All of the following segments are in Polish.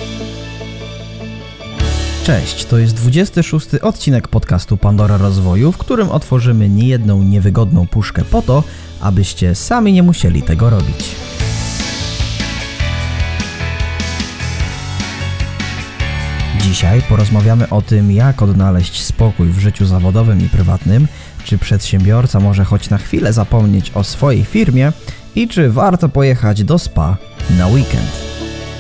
Cześć, to jest 26. odcinek podcastu Pandora Rozwoju, w którym otworzymy niejedną niewygodną puszkę po to, abyście sami nie musieli tego robić. Dzisiaj porozmawiamy o tym, jak odnaleźć spokój w życiu zawodowym i prywatnym, czy przedsiębiorca może choć na chwilę zapomnieć o swojej firmie i czy warto pojechać do spa na weekend.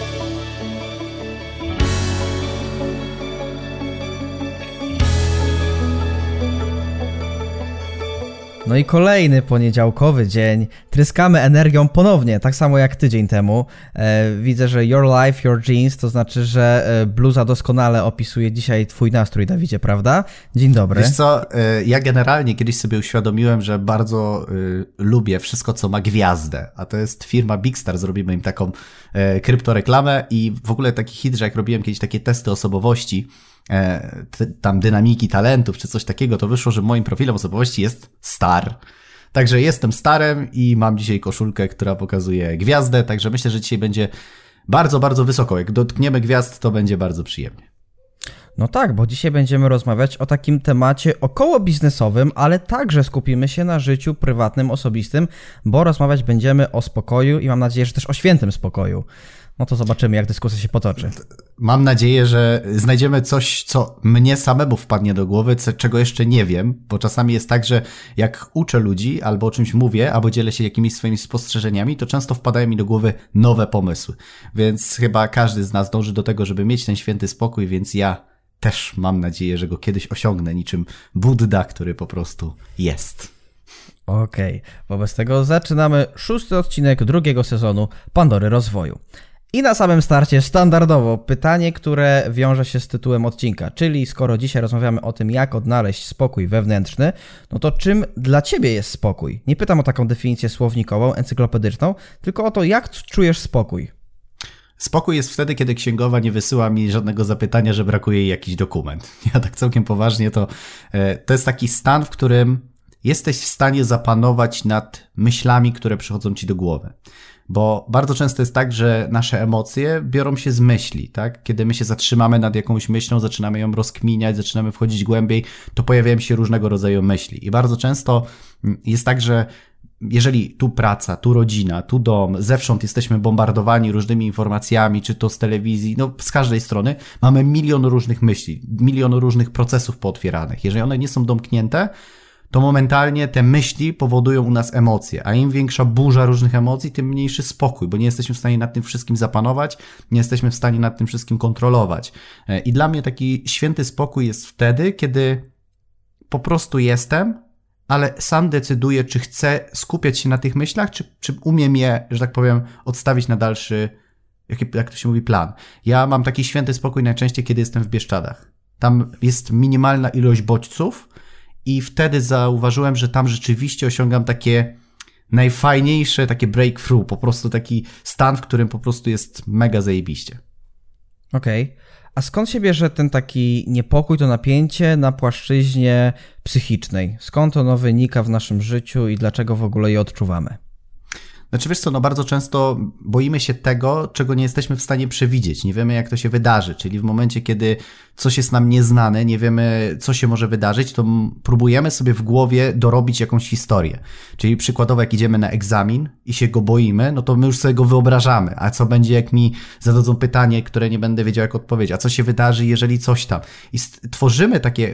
No i kolejny poniedziałkowy dzień. Tryskamy energią ponownie, tak samo jak tydzień temu. Widzę, że your life, your jeans, to znaczy, że bluza doskonale opisuje dzisiaj twój nastrój, Dawidzie, prawda? Dzień dobry. Wiesz co, ja generalnie kiedyś sobie uświadomiłem, że bardzo lubię wszystko, co ma gwiazdę, a to jest firma Big Star, zrobimy im taką kryptoreklamę i w ogóle taki hit, że jak robiłem kiedyś takie testy osobowości, tam dynamiki talentów czy coś takiego, to wyszło, że moim profilem osobowości jest star. Także jestem starem i mam dzisiaj koszulkę, która pokazuje gwiazdę, także myślę, że dzisiaj będzie bardzo, bardzo wysoko. Jak dotkniemy gwiazd, to będzie bardzo przyjemnie. No tak, bo dzisiaj będziemy rozmawiać o takim temacie około biznesowym, ale także skupimy się na życiu prywatnym, osobistym, bo rozmawiać będziemy o spokoju i mam nadzieję, że też o świętym spokoju. No to zobaczymy, jak dyskusja się potoczy. Mam nadzieję, że znajdziemy coś, co mnie samemu wpadnie do głowy, czego jeszcze nie wiem, bo czasami jest tak, że jak uczę ludzi, albo o czymś mówię, albo dzielę się jakimiś swoimi spostrzeżeniami, to często wpadają mi do głowy nowe pomysły. Więc chyba każdy z nas dąży do tego, żeby mieć ten święty spokój, więc ja też mam nadzieję, że go kiedyś osiągnę, niczym Buddha, który po prostu jest. Okej, wobec tego zaczynamy 6. odcinek 2. sezonu Pandory Rozwoju. I na samym starcie standardowo pytanie, które wiąże się z tytułem odcinka, czyli skoro dzisiaj rozmawiamy o tym, jak odnaleźć spokój wewnętrzny, no to czym dla Ciebie jest spokój? Nie pytam o taką definicję słownikową, encyklopedyczną, tylko o to, jak czujesz spokój. Spokój jest wtedy, kiedy księgowa nie wysyła mi żadnego zapytania, że brakuje jej jakiś dokument. Ja tak całkiem poważnie to jest taki stan, w którym jesteś w stanie zapanować nad myślami, które przychodzą Ci do głowy. Bo bardzo często jest tak, że nasze emocje biorą się z myśli, tak? Kiedy my się zatrzymamy nad jakąś myślą, zaczynamy ją rozkminiać, zaczynamy wchodzić głębiej, to pojawiają się różnego rodzaju myśli. I bardzo często jest tak, że jeżeli tu praca, tu rodzina, tu dom, zewsząd jesteśmy bombardowani różnymi informacjami, czy to z telewizji, no z każdej strony, mamy milion różnych myśli, milion różnych procesów pootwieranych. Jeżeli one nie są domknięte, to momentalnie te myśli powodują u nas emocje, a im większa burza różnych emocji, tym mniejszy spokój, bo nie jesteśmy w stanie nad tym wszystkim zapanować, nie jesteśmy w stanie nad tym wszystkim kontrolować. I dla mnie taki święty spokój jest wtedy, kiedy po prostu jestem, ale sam decyduję, czy chcę skupiać się na tych myślach, czy umiem je, że tak powiem, odstawić na dalszy, jak to się mówi, plan. Ja mam taki święty spokój najczęściej, kiedy jestem w Bieszczadach. Tam jest minimalna ilość bodźców, i wtedy zauważyłem, że tam rzeczywiście osiągam takie najfajniejsze, takie breakthrough, po prostu taki stan, w którym po prostu jest mega zajebiście. Okej. A skąd się bierze ten taki niepokój, to napięcie na płaszczyźnie psychicznej? Skąd ono wynika w naszym życiu i dlaczego w ogóle je odczuwamy? Znaczy wiesz co, no bardzo często boimy się tego, czego nie jesteśmy w stanie przewidzieć, nie wiemy jak to się wydarzy, czyli w momencie, kiedy coś jest nam nieznane, nie wiemy co się może wydarzyć, to próbujemy sobie w głowie dorobić jakąś historię, czyli przykładowo jak idziemy na egzamin i się go boimy, no to my już sobie go wyobrażamy, a co będzie jak mi zadadzą pytanie, które nie będę wiedział jak odpowiedzieć, a co się wydarzy jeżeli coś tam i tworzymy takie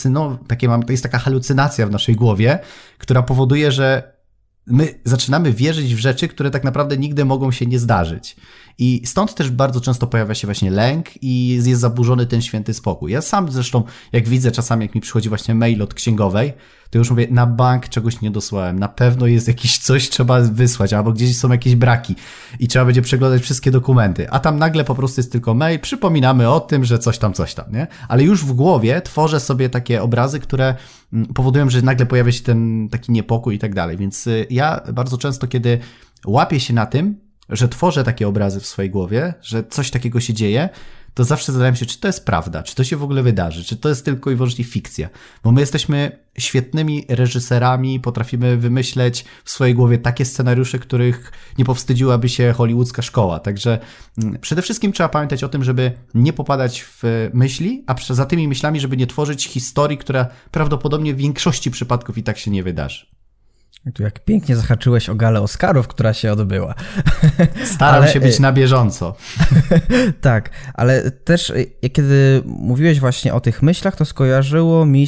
to jest taka halucynacja w naszej głowie, która powoduje, że my zaczynamy wierzyć w rzeczy, które tak naprawdę nigdy mogą się nie zdarzyć. I stąd też bardzo często pojawia się właśnie lęk i jest zaburzony ten święty spokój. Ja sam zresztą, jak widzę czasami, jak mi przychodzi właśnie mail od księgowej, to już mówię, na bank czegoś nie dosłałem, na pewno jest jakieś coś trzeba wysłać, albo gdzieś są jakieś braki i trzeba będzie przeglądać wszystkie dokumenty, a tam nagle po prostu jest tylko mail, przypominamy o tym, że coś tam, nie? Ale już w głowie tworzę sobie takie obrazy, które powodują, że nagle pojawia się ten taki niepokój i tak dalej, więc ja bardzo często, kiedy łapię się na tym, że tworzę takie obrazy w swojej głowie, że coś takiego się dzieje, to zawsze zastanawiam się, czy to jest prawda, czy to się w ogóle wydarzy, czy to jest tylko i wyłącznie fikcja. Bo my jesteśmy świetnymi reżyserami, potrafimy wymyśleć w swojej głowie takie scenariusze, których nie powstydziłaby się hollywoodzka szkoła. Także przede wszystkim trzeba pamiętać o tym, żeby nie popadać w myśli, a za tymi myślami, żeby nie tworzyć historii, która prawdopodobnie w większości przypadków i tak się nie wydarzy. Tu jak pięknie zahaczyłeś o galę Oscarów, która się odbyła. Staram się być na bieżąco. Tak, ale też kiedy mówiłeś właśnie o tych myślach, to skojarzyła mi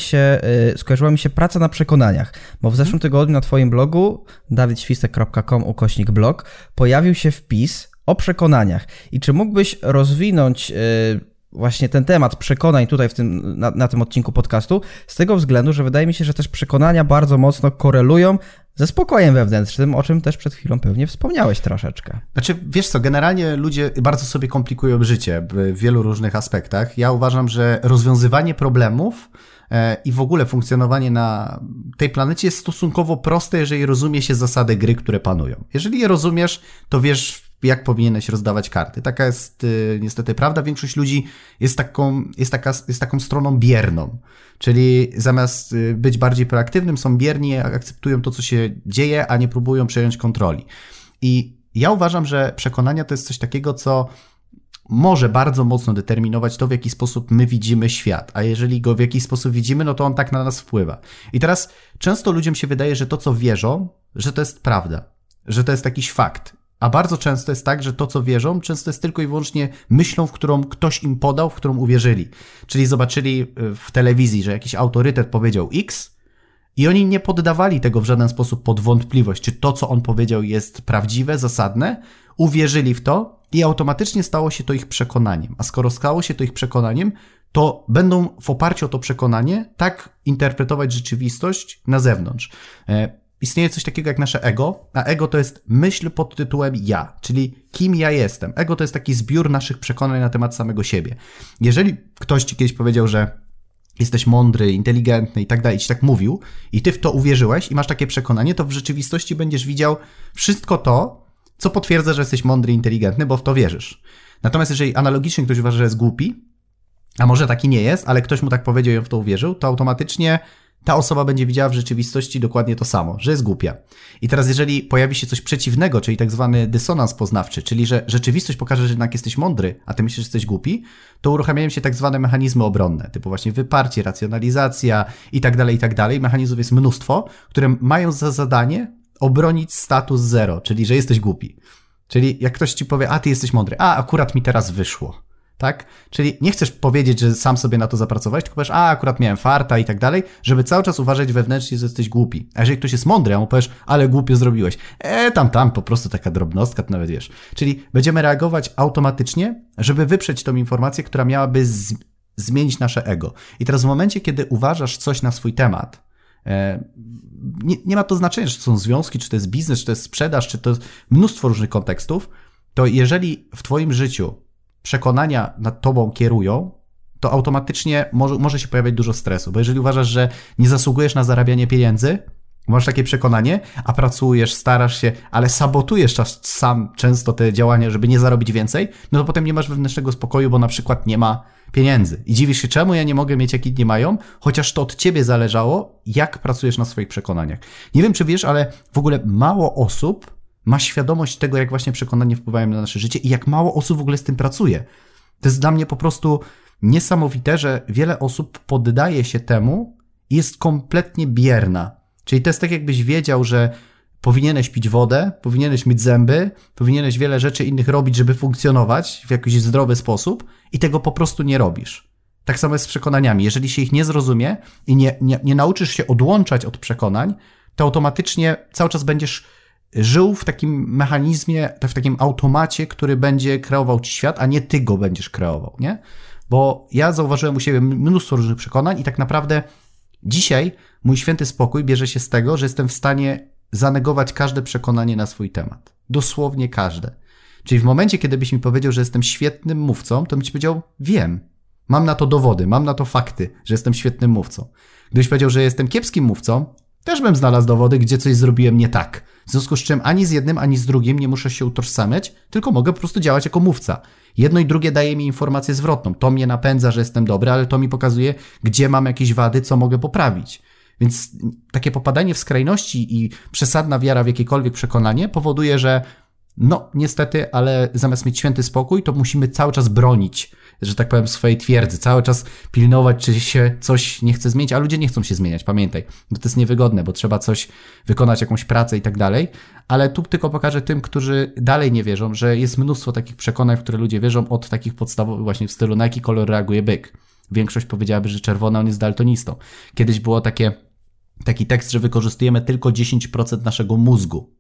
się praca na przekonaniach, bo w zeszłym tygodniu na twoim blogu dawidświstek.com/blog pojawił się wpis o przekonaniach. I czy mógłbyś rozwinąć właśnie ten temat przekonań tutaj na tym odcinku podcastu, z tego względu, że wydaje mi się, że też przekonania bardzo mocno korelują ze spokojem wewnętrznym, o czym też przed chwilą pewnie wspomniałeś troszeczkę. Znaczy, wiesz co, generalnie ludzie bardzo sobie komplikują życie w wielu różnych aspektach. Ja uważam, że rozwiązywanie problemów i w ogóle funkcjonowanie na tej planecie jest stosunkowo proste, jeżeli rozumie się zasady gry, które panują. Jeżeli je rozumiesz, to wiesz, jak powinieneś rozdawać karty. Taka jest niestety prawda. Większość ludzi jest taką stroną bierną. Czyli zamiast być bardziej proaktywnym, są bierni, akceptują to, co się dzieje, a nie próbują przejąć kontroli. I ja uważam, że przekonania to jest coś takiego, co może bardzo mocno determinować to, w jaki sposób my widzimy świat. A jeżeli go w jakiś sposób widzimy, no to on tak na nas wpływa. I teraz często ludziom się wydaje, że to, co wierzą, że to jest prawda. Że to jest jakiś fakt. A bardzo często jest tak, że to, co wierzą, często jest tylko i wyłącznie myślą, w którą ktoś im podał, w którą uwierzyli. Czyli zobaczyli w telewizji, że jakiś autorytet powiedział X i oni nie poddawali tego w żaden sposób pod wątpliwość, czy to, co on powiedział, jest prawdziwe, zasadne. Uwierzyli w to i automatycznie stało się to ich przekonaniem. A skoro stało się to ich przekonaniem, to będą w oparciu o to przekonanie tak interpretować rzeczywistość na zewnątrz. Istnieje coś takiego jak nasze ego, a ego to jest myśl pod tytułem ja, czyli kim ja jestem. Ego to jest taki zbiór naszych przekonań na temat samego siebie. Jeżeli ktoś ci kiedyś powiedział, że jesteś mądry, inteligentny i tak dalej, ci tak mówił i ty w to uwierzyłeś i masz takie przekonanie, to w rzeczywistości będziesz widział wszystko to, co potwierdza, że jesteś mądry, inteligentny, bo w to wierzysz. Natomiast jeżeli analogicznie ktoś uważa, że jest głupi, a może taki nie jest, ale ktoś mu tak powiedział i w to uwierzył, to automatycznie ta osoba będzie widziała w rzeczywistości dokładnie to samo, że jest głupia. I teraz jeżeli pojawi się coś przeciwnego, czyli tak zwany dysonans poznawczy, czyli że rzeczywistość pokaże, że jednak jesteś mądry, a ty myślisz, że jesteś głupi, to uruchamiają się tak zwane mechanizmy obronne, typu właśnie wyparcie, racjonalizacja i tak dalej. Mechanizmów jest mnóstwo, które mają za zadanie obronić status zero, czyli że jesteś głupi. Czyli jak ktoś ci powie, a ty jesteś mądry, a akurat mi teraz wyszło. Tak? Czyli nie chcesz powiedzieć, że sam sobie na to zapracowałeś, tylko powiesz, a akurat miałem farta i tak dalej, żeby cały czas uważać wewnętrznie, że jesteś głupi. A jeżeli ktoś jest mądry, a mu powiesz, ale głupio zrobiłeś. Tam, po prostu taka drobnostka, to nawet wiesz. Czyli będziemy reagować automatycznie, żeby wyprzeć tą informację, która miałaby zmienić nasze ego. I teraz w momencie, kiedy uważasz coś na swój temat, nie ma to znaczenia, czy to są związki, czy to jest biznes, czy to jest sprzedaż, czy to jest mnóstwo różnych kontekstów, to jeżeli w twoim życiu przekonania nad tobą kierują, to automatycznie może się pojawiać dużo stresu, bo jeżeli uważasz, że nie zasługujesz na zarabianie pieniędzy, masz takie przekonanie, a pracujesz, starasz się, ale sabotujesz sam często te działania, żeby nie zarobić więcej, no to potem nie masz wewnętrznego spokoju, bo na przykład nie ma pieniędzy. I dziwisz się, czemu ja nie mogę mieć, jak inni mają, chociaż to od ciebie zależało, jak pracujesz na swoich przekonaniach. Nie wiem, czy wiesz, ale w ogóle mało osób ma świadomość tego, jak właśnie przekonania wpływają na nasze życie i jak mało osób w ogóle z tym pracuje. To jest dla mnie po prostu niesamowite, że wiele osób poddaje się temu i jest kompletnie bierna. Czyli to jest tak, jakbyś wiedział, że powinieneś pić wodę, powinieneś myć zęby, powinieneś wiele rzeczy innych robić, żeby funkcjonować w jakiś zdrowy sposób i tego po prostu nie robisz. Tak samo jest z przekonaniami. Jeżeli się ich nie zrozumie i nie nauczysz się odłączać od przekonań, to automatycznie cały czas będziesz żył w takim mechanizmie, w takim automacie, który będzie kreował ci świat, a nie ty go będziesz kreował, nie? Bo ja zauważyłem u siebie mnóstwo różnych przekonań i tak naprawdę dzisiaj mój święty spokój bierze się z tego, że jestem w stanie zanegować każde przekonanie na swój temat. Dosłownie każde. Czyli w momencie, kiedy byś mi powiedział, że jestem świetnym mówcą, to bym ci powiedział, wiem. Mam na to dowody, mam na to fakty, że jestem świetnym mówcą. Gdybyś powiedział, że jestem kiepskim mówcą, też bym znalazł dowody, gdzie coś zrobiłem nie tak. W związku z czym ani z jednym, ani z drugim nie muszę się utożsamiać, tylko mogę po prostu działać jako mówca. Jedno i drugie daje mi informację zwrotną. To mnie napędza, że jestem dobry, ale to mi pokazuje, gdzie mam jakieś wady, co mogę poprawić. Więc takie popadanie w skrajności i przesadna wiara w jakiekolwiek przekonanie powoduje, że no niestety, ale zamiast mieć święty spokój, to musimy cały czas bronić, że tak powiem, swojej twierdzy, cały czas pilnować, czy się coś nie chce zmienić, a ludzie nie chcą się zmieniać, pamiętaj, bo to jest niewygodne, bo trzeba coś wykonać, jakąś pracę i tak dalej, ale tu tylko pokażę tym, którzy dalej nie wierzą, że jest mnóstwo takich przekonań, w które ludzie wierzą, od takich podstawowych właśnie w stylu, na jaki kolor reaguje byk. Większość powiedziałaby, że czerwony, on jest daltonistą. Kiedyś było taki tekst, że wykorzystujemy tylko 10% naszego mózgu.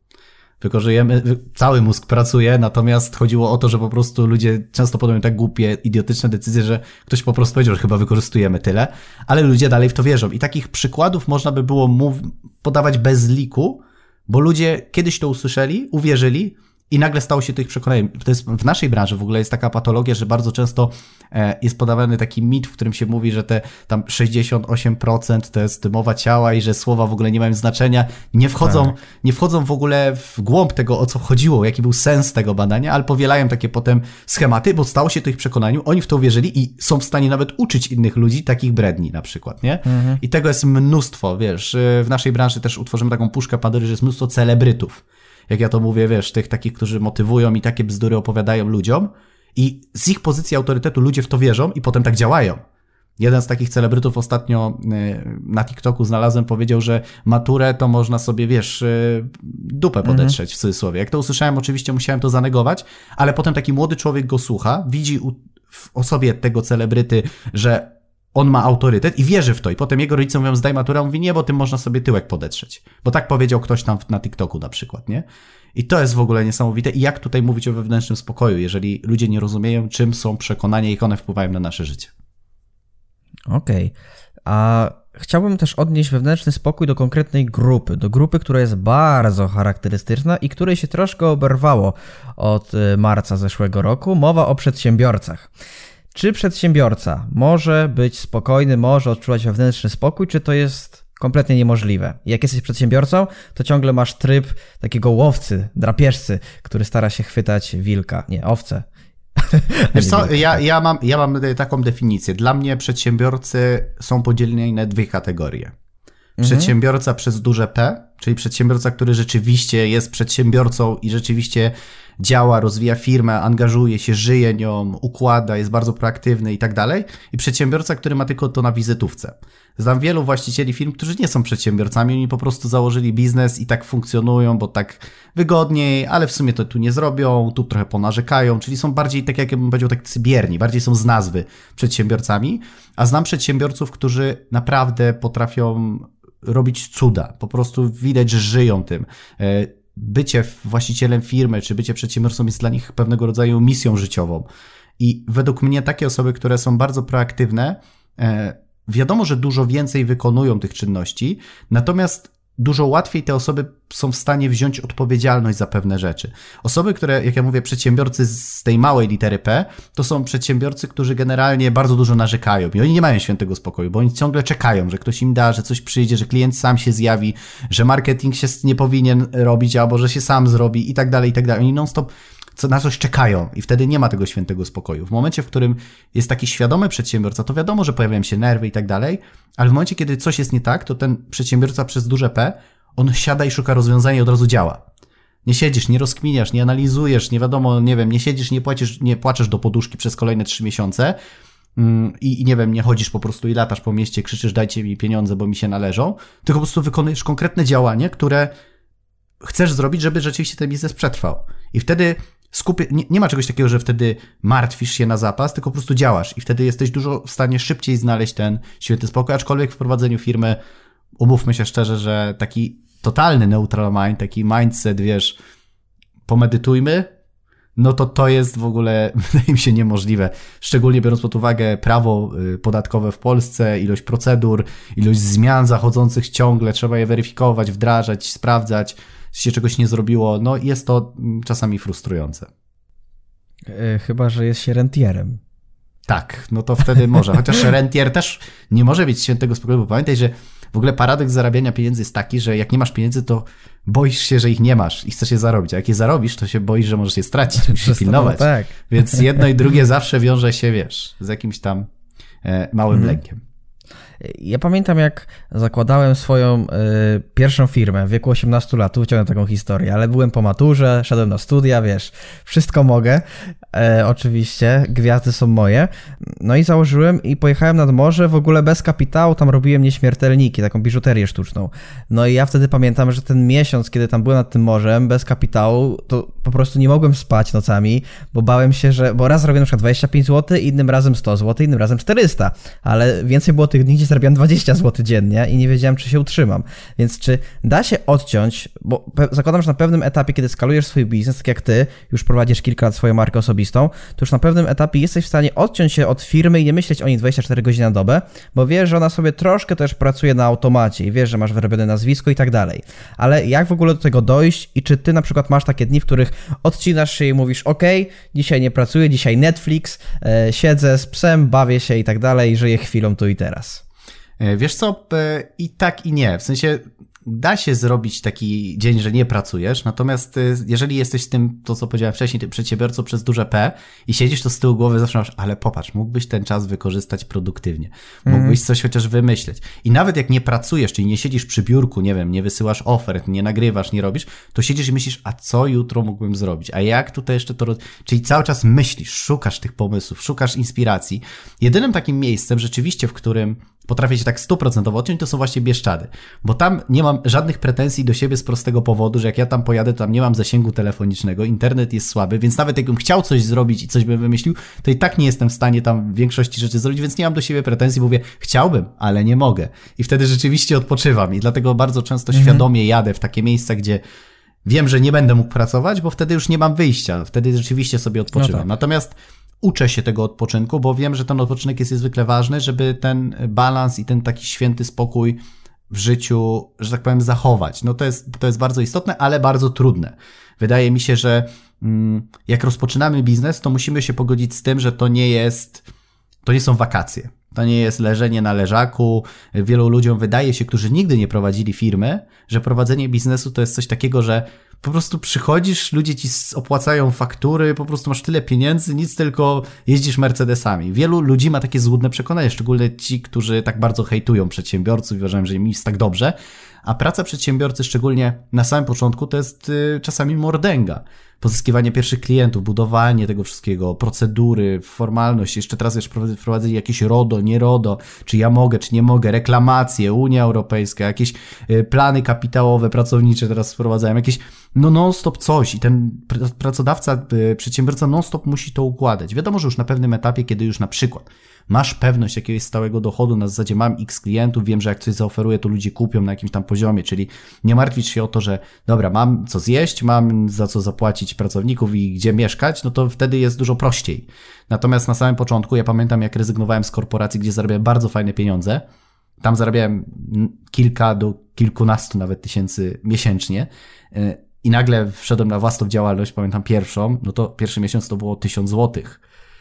Cały mózg pracuje, natomiast chodziło o to, że po prostu ludzie często podejmują tak głupie, idiotyczne decyzje, że ktoś po prostu powiedział, że chyba wykorzystujemy tyle, ale ludzie dalej w to wierzą. I takich przykładów można by było podawać bez liku, bo ludzie kiedyś to usłyszeli, uwierzyli i nagle stało się to ich przekonaniem. To jest w naszej branży w ogóle jest taka patologia, że bardzo często jest podawany taki mit, w którym się mówi, że te tam 68% to jest mowa ciała i że słowa w ogóle nie mają znaczenia. Nie wchodzą w ogóle w głąb tego, o co chodziło, jaki był sens tego badania, ale powielają takie potem schematy, bo stało się to ich przekonaniu, oni w to uwierzyli i są w stanie nawet uczyć innych ludzi takich bredni na przykład, nie? I tego jest mnóstwo, wiesz, w naszej branży też utworzymy taką puszkę Pandory, że jest mnóstwo celebrytów. Jak ja to mówię, wiesz, tych takich, którzy motywują i takie bzdury opowiadają ludziom i z ich pozycji autorytetu ludzie w to wierzą i potem tak działają. Jeden z takich celebrytów ostatnio na TikToku znalazłem, powiedział, że maturę to można sobie, wiesz, dupę podetrzeć w cudzysłowie. Jak to usłyszałem, oczywiście musiałem to zanegować, ale potem taki młody człowiek go słucha, widzi w osobie tego celebryty, że on ma autorytet i wierzy w to. I potem jego rodzice mówią, zdaj maturę, a on mówi, nie, bo tym można sobie tyłek podetrzeć. Bo tak powiedział ktoś tam na TikToku na przykład, nie? I to jest w ogóle niesamowite. I jak tutaj mówić o wewnętrznym spokoju, jeżeli ludzie nie rozumieją, czym są przekonania i jak one wpływają na nasze życie. Okej. A chciałbym też odnieść wewnętrzny spokój do konkretnej grupy. Do grupy, która jest bardzo charakterystyczna i której się troszkę oberwało od marca zeszłego roku. Mowa o przedsiębiorcach. Czy przedsiębiorca może być spokojny, może odczuwać wewnętrzny spokój, czy to jest kompletnie niemożliwe? Jak jesteś przedsiębiorcą, to ciągle masz tryb takiego łowcy, drapieżcy, który stara się chwytać wilka, nie, owcę. Wiesz co, ja mam taką definicję. Dla mnie przedsiębiorcy są podzieleni na dwie kategorie. Przedsiębiorca przez duże P, czyli przedsiębiorca, który rzeczywiście jest przedsiębiorcą i rzeczywiście działa, rozwija firmę, angażuje się, żyje nią, układa, jest bardzo proaktywny i tak dalej. I przedsiębiorca, który ma tylko to na wizytówce. Znam wielu właścicieli firm, którzy nie są przedsiębiorcami, oni po prostu założyli biznes i tak funkcjonują, bo tak wygodniej, ale w sumie to tu nie zrobią, tu trochę ponarzekają, czyli są bardziej, tak jak bym powiedział, tak bierni, bardziej są z nazwy przedsiębiorcami, a znam przedsiębiorców, którzy naprawdę potrafią robić cuda, po prostu widać, że żyją tym. Bycie właścicielem firmy, czy bycie przedsiębiorcą jest dla nich pewnego rodzaju misją życiową. I według mnie takie osoby, które są bardzo proaktywne, wiadomo, że dużo więcej wykonują tych czynności, natomiast dużo łatwiej te osoby są w stanie wziąć odpowiedzialność za pewne rzeczy. Osoby, które, jak ja mówię, przedsiębiorcy z tej małej litery P, to są przedsiębiorcy, którzy generalnie bardzo dużo narzekają i oni nie mają świętego spokoju, bo oni ciągle czekają, że ktoś im da, że coś przyjdzie, że klient sam się zjawi, że marketing się nie powinien robić, albo że się sam zrobi i tak dalej, i tak dalej. Oni non-stop na coś czekają i wtedy nie ma tego świętego spokoju. W momencie, w którym jest taki świadomy przedsiębiorca, to wiadomo, że pojawiają się nerwy i tak dalej, ale w momencie, kiedy coś jest nie tak, to ten przedsiębiorca przez duże P, on siada i szuka rozwiązania i od razu działa. Nie siedzisz, nie rozkminiasz, nie analizujesz, nie wiadomo, nie wiem, nie siedzisz, nie płaczesz do poduszki przez kolejne 3 miesiące i nie wiem, nie chodzisz po prostu i latasz po mieście, krzyczysz, dajcie mi pieniądze, bo mi się należą, tylko po prostu wykonujesz konkretne działanie, które chcesz zrobić, żeby rzeczywiście ten biznes przetrwał. I wtedy nie ma czegoś takiego, że wtedy martwisz się na zapas, tylko po prostu działasz i wtedy jesteś dużo w stanie szybciej znaleźć ten święty spokój, aczkolwiek w prowadzeniu firmy, umówmy się szczerze, że taki totalny neutral mind, taki mindset, wiesz, pomedytujmy, no to jest w ogóle, wydaje mi się, niemożliwe. Szczególnie biorąc pod uwagę prawo podatkowe w Polsce, ilość procedur, ilość zmian zachodzących ciągle, trzeba je weryfikować, wdrażać, sprawdzać, czy się czegoś nie zrobiło, no jest to czasami frustrujące. Chyba, że jest się rentierem. Tak, no to wtedy może. Chociaż rentier też nie może mieć świętego spokoju, bo pamiętaj, że W ogóle paradoks zarabiania pieniędzy jest taki, że jak nie masz pieniędzy, to boisz się, że ich nie masz i chcesz je zarobić, a jak je zarobisz, to się boisz, że możesz je stracić, musisz się pilnować. Tak. Więc jedno i drugie zawsze wiąże się, wiesz, z jakimś tam małym lękiem. Ja pamiętam, jak zakładałem swoją pierwszą firmę w wieku 18 lat, wyciągnę taką historię, ale byłem po maturze, szedłem na studia, wiesz, wszystko mogę, oczywiście, gwiazdy są moje, no i założyłem i pojechałem nad morze w ogóle bez kapitału, tam robiłem nieśmiertelniki, taką biżuterię sztuczną. No i ja wtedy pamiętam, że ten miesiąc, kiedy tam byłem nad tym morzem, bez kapitału, to po prostu nie mogłem spać nocami, bo bałem się, bo raz zrobiłem na przykład 25 zł, innym razem 100 zł, innym razem 400, ale więcej było tych dni, gdzie zarabiałem 20 zł dziennie i nie wiedziałem, czy się utrzymam. Więc czy da się odciąć, bo zakładam, że na pewnym etapie, kiedy skalujesz swój biznes, tak jak ty, już prowadzisz kilka lat swoją markę osobistą, to już na pewnym etapie jesteś w stanie odciąć się od firmy i nie myśleć o niej 24 godziny na dobę, bo wiesz, że ona sobie troszkę też pracuje na automacie i wiesz, że masz wyrobione nazwisko i tak dalej. Ale jak w ogóle do tego dojść i czy ty na przykład masz takie dni, w których odcinasz się i mówisz, dzisiaj nie pracuję, dzisiaj Netflix, siedzę z psem, bawię się i tak dalej, żyję chwilą tu i teraz. Wiesz co, i tak i nie, w sensie da się zrobić taki dzień, że nie pracujesz, natomiast jeżeli jesteś tym, to co powiedziałem wcześniej, tym przedsiębiorcą przez duże P i siedzisz to z tyłu głowy, zawsze masz, ale popatrz, mógłbyś ten czas wykorzystać produktywnie, mógłbyś coś chociaż wymyśleć. I nawet jak nie pracujesz, czyli nie siedzisz przy biurku, nie wiem, nie wysyłasz ofert, nie nagrywasz, nie robisz, to siedzisz i myślisz, a co jutro mógłbym zrobić, a jak tutaj jeszcze to czyli cały czas myślisz, szukasz tych pomysłów, szukasz inspiracji. Jedynym takim miejscem rzeczywiście, w którym potrafię się tak 100% odciąć, to są właśnie Bieszczady, bo tam nie mam żadnych pretensji do siebie z prostego powodu, że jak ja tam pojadę, to tam nie mam zasięgu telefonicznego, internet jest słaby, więc nawet jakbym chciał coś zrobić i coś bym wymyślił, to i tak nie jestem w stanie tam większości rzeczy zrobić, więc nie mam do siebie pretensji, mówię, chciałbym, ale nie mogę. I wtedy rzeczywiście odpoczywam i dlatego bardzo często świadomie jadę w takie miejsca, gdzie wiem, że nie będę mógł pracować, bo wtedy już nie mam wyjścia, wtedy rzeczywiście sobie odpoczywam. No tak. Natomiast uczę się tego odpoczynku, bo wiem, że ten odpoczynek jest niezwykle ważny, żeby ten balans i ten taki święty spokój w życiu, że tak powiem, zachować. No to jest bardzo istotne, ale bardzo trudne. Wydaje mi się, że jak rozpoczynamy biznes, to musimy się pogodzić z tym, że to nie są wakacje. To nie jest leżenie na leżaku. Wielu ludziom wydaje się, którzy nigdy nie prowadzili firmy, że prowadzenie biznesu to jest coś takiego, że po prostu przychodzisz, ludzie ci opłacają faktury, po prostu masz tyle pieniędzy, nic, tylko jeździsz Mercedesami. Wielu ludzi ma takie złudne przekonanie, szczególnie ci, którzy tak bardzo hejtują przedsiębiorców i uważają, że im jest tak dobrze. A praca przedsiębiorcy, szczególnie na samym początku, to jest czasami mordęga. Pozyskiwanie pierwszych klientów, budowanie tego wszystkiego, procedury, formalność, jeszcze teraz już wprowadzili jakieś RODO, nie RODO, czy ja mogę, czy nie mogę, reklamacje, Unia Europejska, jakieś plany kapitałowe, pracownicze teraz wprowadzają, jakieś non-stop coś i ten pracodawca, przedsiębiorca non-stop musi to układać. Wiadomo, że już na pewnym etapie, kiedy już na przykład masz pewność jakiegoś stałego dochodu na zasadzie mam X klientów, wiem, że jak coś zaoferuję, to ludzie kupią na jakimś tam poziomie, czyli nie martwić się o to, że dobra, mam co zjeść, mam za co zapłacić pracowników i gdzie mieszkać, no to wtedy jest dużo prościej. Natomiast na samym początku, ja pamiętam, jak rezygnowałem z korporacji, gdzie zarabiałem bardzo fajne pieniądze, tam zarabiałem kilka do kilkunastu nawet tysięcy miesięcznie i nagle wszedłem na własną działalność, pamiętam pierwszą, no to pierwszy miesiąc to było 1000 złotych.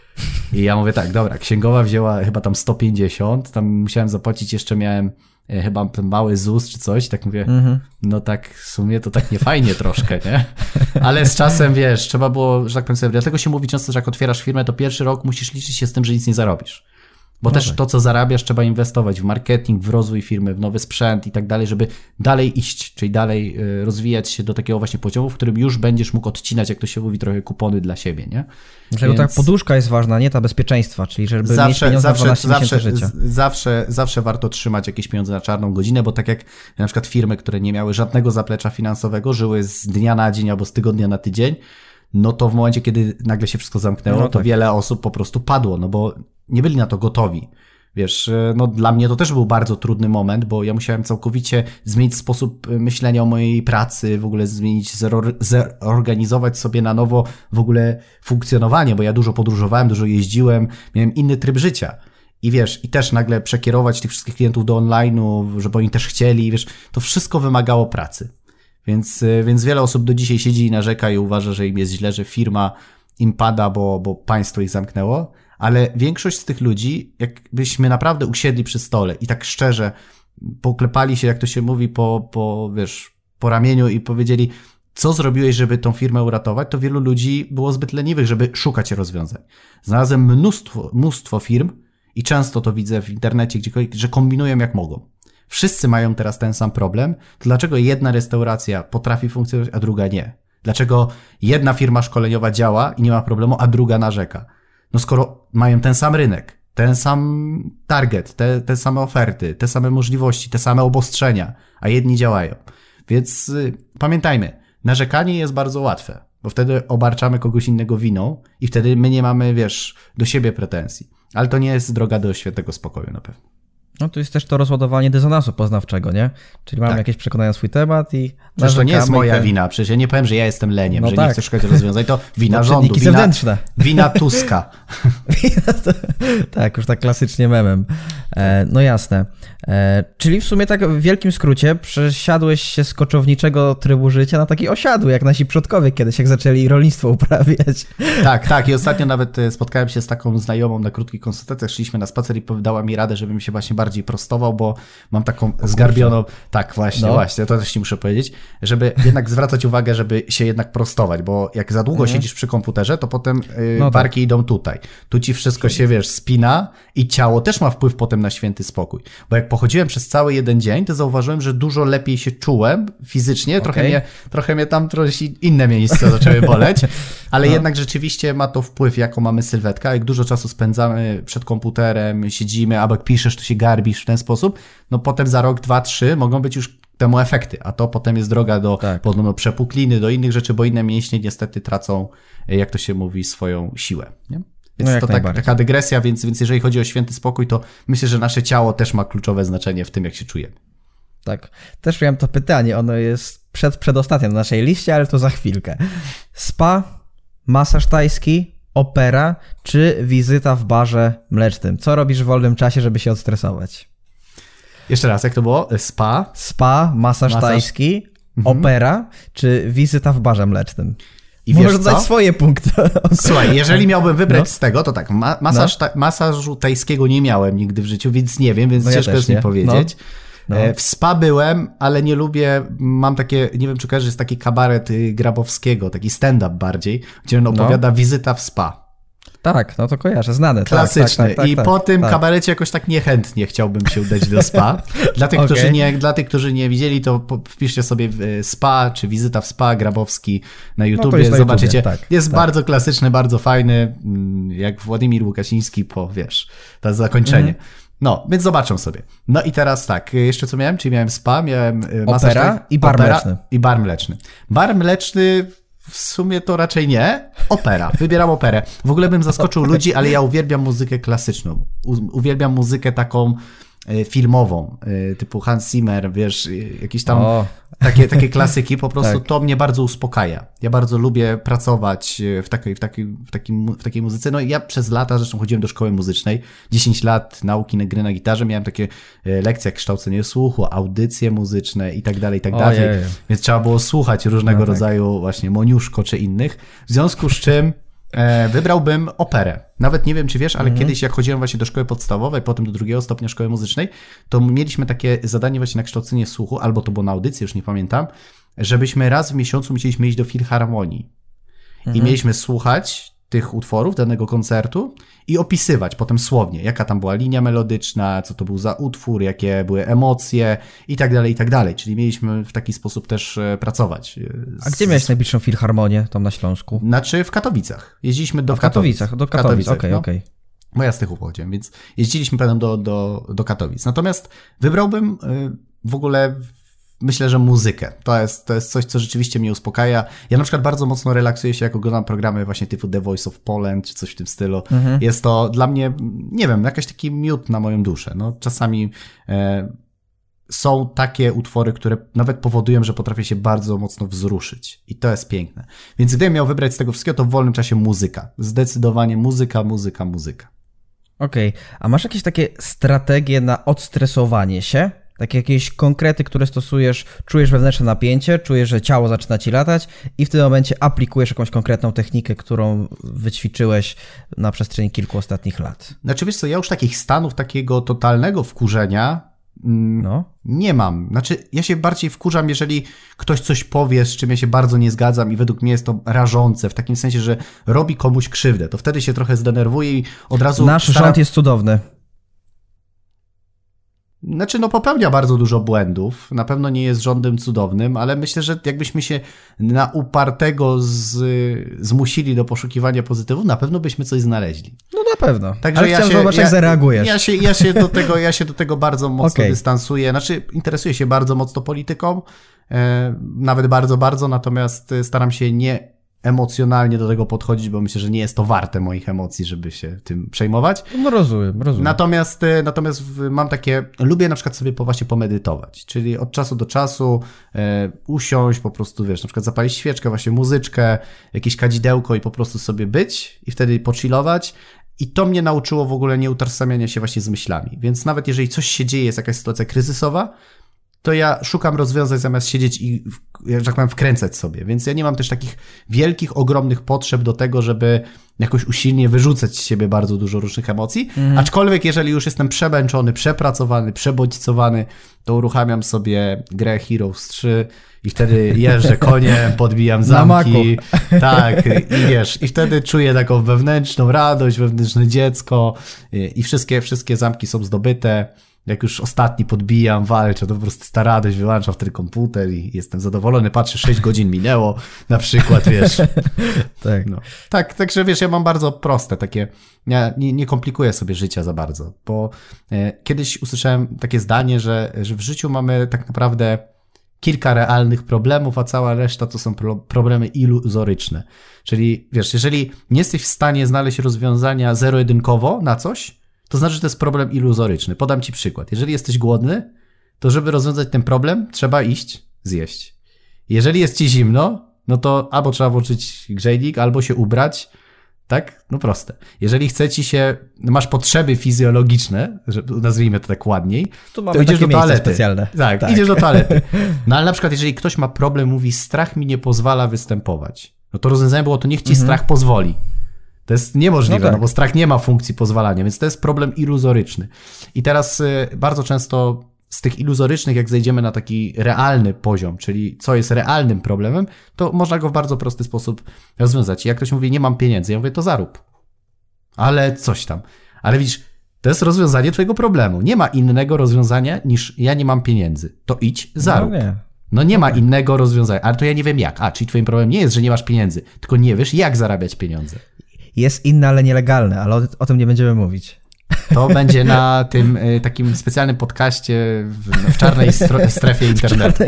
I ja mówię tak, dobra, księgowa wzięła chyba tam 150, tam musiałem zapłacić, jeszcze miałem chyba ten mały ZUS czy coś, tak mówię, no tak w sumie to tak nie fajnie troszkę, nie? Ale z czasem, wiesz, trzeba było, że tak powiem sobie, dlatego się mówi często, że jak otwierasz firmę, to pierwszy rok musisz liczyć się z tym, że nic nie zarobisz. Bo też to, co zarabiasz, trzeba inwestować w marketing, w rozwój firmy, w nowy sprzęt i tak dalej, żeby dalej iść, czyli dalej rozwijać się do takiego właśnie poziomu, w którym już będziesz mógł odcinać, jak to się mówi, trochę kupony dla siebie, nie? Dlatego ta poduszka jest ważna, nie ta bezpieczeństwa, czyli żeby mieć pieniądze na 12 miesięcy życia. Zawsze warto trzymać jakieś pieniądze na czarną godzinę, bo tak jak na przykład firmy, które nie miały żadnego zaplecza finansowego, żyły z dnia na dzień albo z tygodnia na tydzień, no to w momencie, kiedy nagle się wszystko zamknęło, to wiele osób po prostu padło, no bo nie byli na to gotowi. Wiesz, no dla mnie to też był bardzo trudny moment, bo ja musiałem całkowicie zmienić sposób myślenia o mojej pracy, w ogóle zmienić, zorganizować sobie na nowo w ogóle funkcjonowanie, bo ja dużo podróżowałem, dużo jeździłem, miałem inny tryb życia. I wiesz, i też nagle przekierować tych wszystkich klientów do online'u, żeby oni też chcieli, wiesz, to wszystko wymagało pracy. Więc wiele osób do dzisiaj siedzi i narzeka i uważa, że im jest źle, że firma im pada, bo państwo ich zamknęło, ale większość z tych ludzi, jakbyśmy naprawdę usiedli przy stole i tak szczerze poklepali się, jak to się mówi, po ramieniu i powiedzieli, co zrobiłeś, żeby tą firmę uratować, to wielu ludzi było zbyt leniwych, żeby szukać rozwiązań. Znalazłem mnóstwo firm i często to widzę w internecie, gdziekolwiek, że kombinują jak mogą. Wszyscy mają teraz ten sam problem, to dlaczego jedna restauracja potrafi funkcjonować, a druga nie? Dlaczego jedna firma szkoleniowa działa i nie ma problemu, a druga narzeka? No skoro mają ten sam rynek, ten sam target, te same oferty, te same możliwości, te same obostrzenia, a jedni działają. Więc pamiętajmy, narzekanie jest bardzo łatwe, bo wtedy obarczamy kogoś innego winą i wtedy my nie mamy, do siebie pretensji. Ale to nie jest droga do świętego spokoju na pewno. No to jest też to rozładowanie dysonansu poznawczego, nie? Czyli mamy jakieś przekonania na swój temat i przecież to nie jest moja wina, przecież ja nie powiem, że ja jestem leniem, że nie chcę szukać rozwiązań, to wina to rządu, zewnętrzne. Wina Tuska. Tak, już tak klasycznie memem. No jasne. Czyli w sumie tak w wielkim skrócie przesiadłeś się z koczowniczego trybu życia na taki osiadły, jak nasi przodkowie kiedyś, jak zaczęli rolnictwo uprawiać. Tak. I ostatnio nawet spotkałem się z taką znajomą na krótkich konsultacjach, szliśmy na spacer i dała mi radę, żebym się właśnie bardziej prostował, bo mam taką zgarbioną... Tak, właśnie, to też ci muszę powiedzieć, żeby jednak zwracać uwagę, żeby się jednak prostować, bo jak za długo siedzisz przy komputerze, to potem barki idą tutaj. Tu ci wszystko się, spina i ciało też ma wpływ potem na święty spokój. Bo jak pochodziłem przez cały jeden dzień, to zauważyłem, że dużo lepiej się czułem fizycznie, trochę mnie tam inne miejsca zaczęły boleć, ale jednak rzeczywiście ma to wpływ, jaką mamy sylwetkę. Jak dużo czasu spędzamy przed komputerem, siedzimy, albo jak piszesz, to się garbisz w ten sposób, no potem za rok, 2, 3 mogą być już temu efekty, a to potem jest droga do podobno przepukliny, do innych rzeczy, bo inne mięśnie niestety tracą, jak to się mówi, swoją siłę. Nie? Więc to taka dygresja, więc jeżeli chodzi o święty spokój, to myślę, że nasze ciało też ma kluczowe znaczenie w tym, jak się czujemy. Tak, też miałem to pytanie, ono jest przedostatnie na naszej liście, ale to za chwilkę. Spa, masaż tajski, opera czy wizyta w barze mlecznym? Co robisz w wolnym czasie, żeby się odstresować? Jeszcze raz, jak to było? Spa, masaż tajski, opera czy wizyta w barze mlecznym? I możesz dać swoje punkty. Słuchaj, jeżeli miałbym wybrać z tego, to tak, masażu tajskiego nie miałem nigdy w życiu, więc nie wiem, więc ciężko jest mi powiedzieć. W spa byłem, ale nie lubię, mam takie, nie wiem czy kojarzysz, jest taki kabaret Grabowskiego, taki stand-up bardziej, gdzie on opowiada wizyta w spa. Tak, no to kojarzę, znane. Klasyczny. I po tym kabarecie jakoś tak niechętnie chciałbym się udać do spa. Dla tych, którzy nie widzieli, to wpiszcie sobie spa, czy wizyta w spa, Grabowski na YouTubie, zobaczycie. Jest bardzo klasyczny, bardzo fajny, jak Władimir Łukasiński to zakończenie. No, więc zobaczą sobie. No i teraz tak, jeszcze co miałem? Czyli miałem spa, miałem masaż i bar mleczny. I bar mleczny. Bar mleczny w sumie to raczej nie. Opera. Wybieram operę. W ogóle bym zaskoczył ludzi, ale ja uwielbiam muzykę klasyczną. Uwielbiam muzykę taką filmową, typu Hans Zimmer, jakieś tam takie klasyki, po prostu to mnie bardzo uspokaja. Ja bardzo lubię pracować w takiej muzyce. No i ja przez lata, zresztą chodziłem do szkoły muzycznej, 10 lat nauki na gry na gitarze, miałem takie lekcje jak kształcenie słuchu, audycje muzyczne i tak dalej, więc trzeba było słuchać różnego rodzaju właśnie Moniuszko czy innych, w związku z czym wybrałbym operę. Nawet nie wiem, czy wiesz, ale kiedyś jak chodziłem właśnie do szkoły podstawowej, potem do 2. stopnia szkoły muzycznej, to mieliśmy takie zadanie właśnie na kształcenie słuchu, albo to było na audycji, już nie pamiętam, żebyśmy raz w miesiącu musieliśmy iść do filharmonii. I mieliśmy słuchać tych utworów, danego koncertu i opisywać potem słownie, jaka tam była linia melodyczna, co to był za utwór, jakie były emocje i tak dalej, i tak dalej. Czyli mieliśmy w taki sposób też pracować. A gdzie miałeś najbliższą filharmonię tam na Śląsku? Znaczy w Katowicach. Jeździliśmy do Katowic. Do Katowic, okej. Bo ja z tych uchodziłem, więc jeździliśmy potem do Katowic. Natomiast wybrałbym w ogóle... Myślę, że muzykę. To jest coś, co rzeczywiście mnie uspokaja. Ja na przykład bardzo mocno relaksuję się, jak oglądam programy właśnie typu The Voice of Poland, czy coś w tym stylu. Jest to dla mnie, nie wiem, jakiś taki miód na moją duszę. No, czasami są takie utwory, które nawet powodują, że potrafię się bardzo mocno wzruszyć. I to jest piękne. Więc gdybym miał wybrać z tego wszystkiego, to w wolnym czasie muzyka. Zdecydowanie muzyka. Okej. A masz jakieś takie strategie na odstresowanie się? Takie jakieś konkrety, które stosujesz, czujesz wewnętrzne napięcie, czujesz, że ciało zaczyna ci latać i w tym momencie aplikujesz jakąś konkretną technikę, którą wyćwiczyłeś na przestrzeni kilku ostatnich lat. Znaczy wiesz co, ja już takich stanów takiego totalnego wkurzenia Nie mam. Znaczy, ja się bardziej wkurzam, jeżeli ktoś coś powie, z czym ja się bardzo nie zgadzam i według mnie jest to rażące, w takim sensie, że robi komuś krzywdę. To wtedy się trochę zdenerwuję i od razu... Nasz rząd jest cudowny. Znaczy, popełnia bardzo dużo błędów. Na pewno nie jest rządem cudownym, ale myślę, że jakbyśmy się na upartego zmusili do poszukiwania pozytywów, na pewno byśmy coś znaleźli. No na pewno. Także ale chciałem zobaczyć, jak zareagujesz. Ja się do tego bardzo mocno dystansuję. Znaczy, interesuję się bardzo mocno polityką, nawet bardzo, bardzo, natomiast staram się nie emocjonalnie do tego podchodzić, bo myślę, że nie jest to warte moich emocji, żeby się tym przejmować. No rozumiem. Natomiast mam lubię na przykład sobie właśnie pomedytować, czyli od czasu do czasu usiąść, po prostu na przykład zapalić świeczkę, właśnie muzyczkę, jakieś kadzidełko i po prostu sobie być i wtedy pochillować. I to mnie nauczyło w ogóle nie utożsamiania się właśnie z myślami. Więc nawet jeżeli coś się dzieje, jest jakaś sytuacja kryzysowa, to ja szukam rozwiązań zamiast siedzieć i, że tak powiem, wkręcać sobie. Więc ja nie mam też takich wielkich, ogromnych potrzeb do tego, żeby jakoś usilnie wyrzucać z siebie bardzo dużo różnych emocji. Aczkolwiek jeżeli już jestem przemęczony, przepracowany, przebodźcowany, to uruchamiam sobie grę Heroes 3 i wtedy jeżdżę koniem, podbijam zamki. Tak, i wtedy czuję taką wewnętrzną radość, wewnętrzne dziecko i wszystkie zamki są zdobyte. Jak już ostatni podbijam, walczę, to po prostu ta radość, wyłączam wtedy komputer i jestem zadowolony, patrzę, 6 godzin minęło, na przykład, Tak. Tak, także ja mam bardzo proste takie, ja nie komplikuję sobie życia za bardzo, bo kiedyś usłyszałem takie zdanie, że w życiu mamy tak naprawdę kilka realnych problemów, a cała reszta to są problemy iluzoryczne. Czyli jeżeli nie jesteś w stanie znaleźć rozwiązania zero-jedynkowo na coś, to znaczy, że to jest problem iluzoryczny. Podam ci przykład. Jeżeli jesteś głodny, to żeby rozwiązać ten problem, trzeba iść zjeść. Jeżeli jest ci zimno, no to albo trzeba włączyć grzejnik, albo się ubrać. Tak? No proste. Jeżeli masz potrzeby fizjologiczne, nazwijmy to tak ładniej, to idziesz do toalety. Specjalne. Tak, idziesz do toalety. No ale na przykład, jeżeli ktoś ma problem, mówi, strach mi nie pozwala występować, no to rozwiązanie było, to niech ci strach pozwoli. To jest niemożliwe, bo strach nie ma funkcji pozwalania, więc to jest problem iluzoryczny. I teraz bardzo często z tych iluzorycznych, jak zejdziemy na taki realny poziom, czyli co jest realnym problemem, to można go w bardzo prosty sposób rozwiązać. I jak ktoś mówi, nie mam pieniędzy, ja mówię, to zarób. Ale coś tam. Ale widzisz, to jest rozwiązanie twojego problemu. Nie ma innego rozwiązania niż ja nie mam pieniędzy. To idź, zarób. No nie ma innego rozwiązania, ale to ja nie wiem jak. Czyli twoim problemem nie jest, że nie masz pieniędzy, tylko nie wiesz, jak zarabiać pieniądze. Jest inne, ale nielegalne, ale o tym nie będziemy mówić. To będzie na tym takim specjalnym podcaście w czarnej strefie internetu.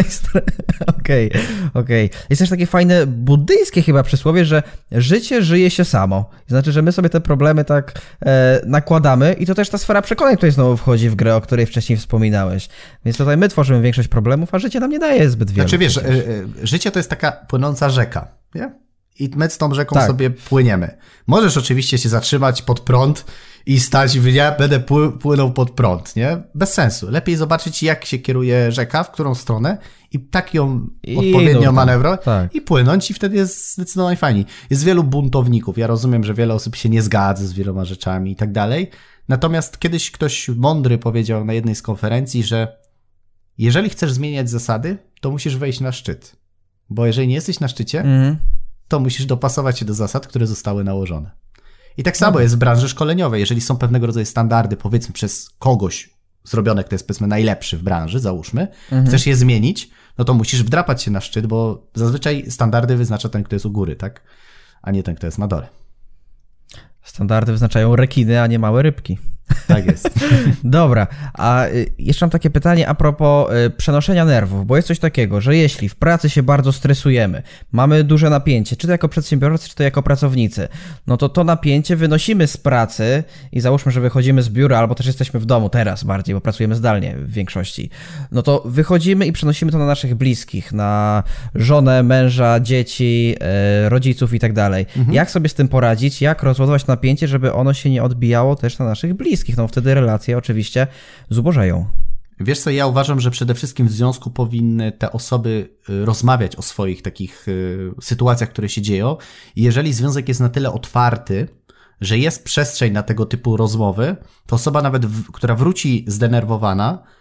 Okej. Jest też takie fajne buddyjskie chyba przysłowie, że życie żyje się samo. Znaczy, że my sobie te problemy tak nakładamy i to też ta sfera przekonań tutaj znowu wchodzi w grę, o której wcześniej wspominałeś. Więc tutaj my tworzymy większość problemów, a życie nam nie daje zbyt wiele. Znaczy wiesz, życie to jest taka płynąca rzeka, nie? I my z tą rzeką sobie płyniemy. Możesz oczywiście się zatrzymać pod prąd i stać i ja będę płynął pod prąd, nie? Bez sensu. Lepiej zobaczyć, jak się kieruje rzeka, w którą stronę i tak ją odpowiednio manewrować i płynąć i wtedy jest zdecydowanie fajniej. Jest wielu buntowników. Ja rozumiem, że wiele osób się nie zgadza z wieloma rzeczami i tak dalej. Natomiast kiedyś ktoś mądry powiedział na jednej z konferencji, że jeżeli chcesz zmieniać zasady, to musisz wejść na szczyt. Bo jeżeli nie jesteś na szczycie, to musisz dopasować się do zasad, które zostały nałożone. I tak samo jest w branży szkoleniowej. Jeżeli są pewnego rodzaju standardy, powiedzmy przez kogoś zrobione, kto jest powiedzmy najlepszy w branży, załóżmy, chcesz je zmienić, no to musisz wdrapać się na szczyt, bo zazwyczaj standardy wyznacza ten, kto jest u góry, tak? A nie ten, kto jest na dole. Standardy wyznaczają rekiny, a nie małe rybki. Tak jest. Dobra, a jeszcze mam takie pytanie a propos przenoszenia nerwów, bo jest coś takiego, że jeśli w pracy się bardzo stresujemy, mamy duże napięcie, czy to jako przedsiębiorcy, czy to jako pracownicy, no to napięcie wynosimy z pracy i załóżmy, że wychodzimy z biura, albo też jesteśmy w domu teraz bardziej, bo pracujemy zdalnie w większości, no to wychodzimy i przenosimy to na naszych bliskich, na żonę, męża, dzieci, rodziców i tak dalej. Jak sobie z tym poradzić, jak rozładować napięcie, żeby ono się nie odbijało też na naszych bliskich? No wtedy relacje oczywiście zubożeją. Wiesz co, ja uważam, że przede wszystkim w związku powinny te osoby rozmawiać o swoich takich sytuacjach, które się dzieją. I jeżeli związek jest na tyle otwarty, że jest przestrzeń na tego typu rozmowy, to osoba nawet, która wróci zdenerwowana,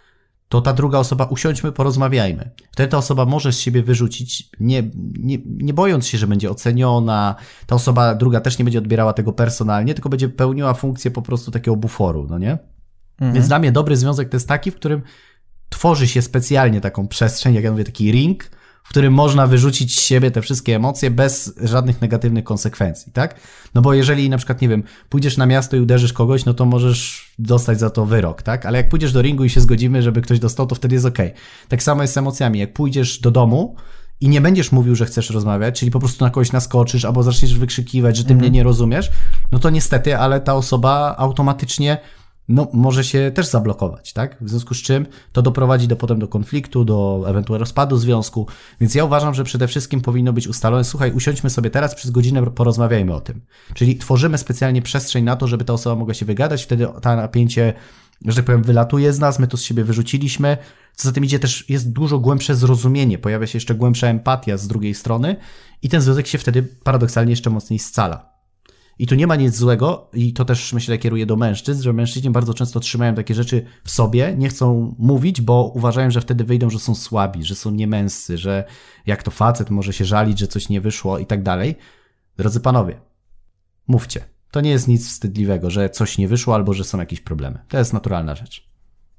to ta druga osoba, usiądźmy, porozmawiajmy. Wtedy ta osoba może z siebie wyrzucić, nie bojąc się, że będzie oceniona, ta osoba druga też nie będzie odbierała tego personalnie, tylko będzie pełniła funkcję po prostu takiego buforu, no nie? Więc dla mnie dobry związek to jest taki, w którym tworzy się specjalnie taką przestrzeń, jak ja mówię, taki ring, w którym można wyrzucić z siebie te wszystkie emocje bez żadnych negatywnych konsekwencji, tak? No bo jeżeli na przykład, nie wiem, pójdziesz na miasto i uderzysz kogoś, no to możesz dostać za to wyrok, tak? Ale jak pójdziesz do ringu i się zgodzimy, żeby ktoś dostał, to wtedy jest okej. Tak samo jest z emocjami. Jak pójdziesz do domu i nie będziesz mówił, że chcesz rozmawiać, czyli po prostu na kogoś naskoczysz albo zaczniesz wykrzykiwać, że ty mnie nie rozumiesz, no to niestety, ale ta osoba automatycznie może się też zablokować, tak? W związku z czym to doprowadzi potem do konfliktu, do ewentualnego rozpadu związku, więc ja uważam, że przede wszystkim powinno być ustalone, słuchaj, usiądźmy sobie teraz, przez godzinę porozmawiajmy o tym. Czyli tworzymy specjalnie przestrzeń na to, żeby ta osoba mogła się wygadać, wtedy to napięcie, że tak powiem, wylatuje z nas, my to z siebie wyrzuciliśmy. Co za tym idzie, też jest dużo głębsze zrozumienie, pojawia się jeszcze głębsza empatia z drugiej strony i ten związek się wtedy paradoksalnie jeszcze mocniej scala. I tu nie ma nic złego i to też myślę kieruje do mężczyzn, że mężczyźni bardzo często trzymają takie rzeczy w sobie, nie chcą mówić, bo uważają, że wtedy wyjdą, że są słabi, że są niemęscy, że jak to facet może się żalić, że coś nie wyszło i tak dalej. Drodzy panowie, mówcie. To nie jest nic wstydliwego, że coś nie wyszło albo że są jakieś problemy. To jest naturalna rzecz.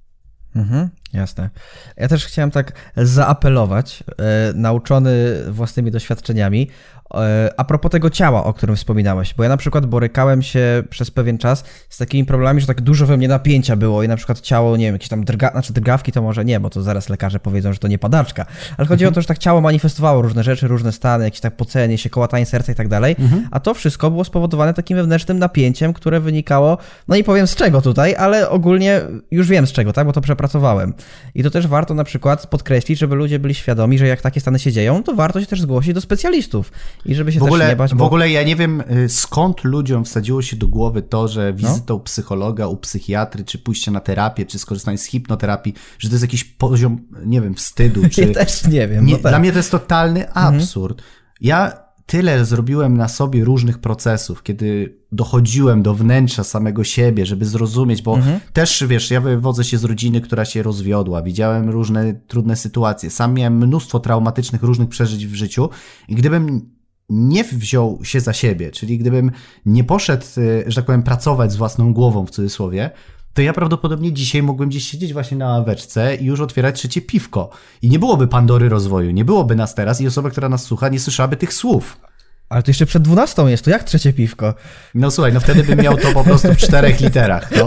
Jasne. Ja też chciałem tak zaapelować, nauczony własnymi doświadczeniami, a propos tego ciała, o którym wspominałeś, bo ja na przykład borykałem się przez pewien czas z takimi problemami, że tak dużo we mnie napięcia było i na przykład ciało, nie wiem, jakieś tam drgawki to może nie, bo to zaraz lekarze powiedzą, że to nie padaczka, ale chodzi o to, że tak ciało manifestowało różne rzeczy, różne stany, jakieś tak pocenie się, kołatanie serca i tak dalej, a to wszystko było spowodowane takim wewnętrznym napięciem, które wynikało, no nie powiem z czego tutaj, ale ogólnie już wiem z czego, tak, bo to przepracowałem. I to też warto na przykład podkreślić, żeby ludzie byli świadomi, że jak takie stany się dzieją, to warto się też zgłosić do specjalistów i żeby się też nie bać. W ogóle ja nie wiem, skąd ludziom wsadziło się do głowy to, że wizyta u psychologa, u psychiatry, czy pójście na terapię, czy skorzystanie z hipnoterapii, że to jest jakiś poziom, nie wiem, wstydu. Czy... Ja też nie wiem. Tak. Dla mnie to jest totalny absurd. Ja tyle zrobiłem na sobie różnych procesów, kiedy dochodziłem do wnętrza samego siebie, żeby zrozumieć, bo też, wiesz, ja wywodzę się z rodziny, która się rozwiodła, widziałem różne trudne sytuacje, sam miałem mnóstwo traumatycznych różnych przeżyć w życiu i gdybym nie wziął się za siebie, czyli gdybym nie poszedł, że tak powiem, pracować z własną głową w cudzysłowie, to ja prawdopodobnie dzisiaj mógłbym gdzieś siedzieć właśnie na ławeczce i już otwierać trzecie piwko. I nie byłoby Pandory rozwoju, nie byłoby nas teraz i osoba, która nas słucha, nie słyszałaby tych słów. Ale to jeszcze przed 12 jest, to jak trzecie piwko? No słuchaj, no wtedy bym miał to po prostu w 4 literach, no.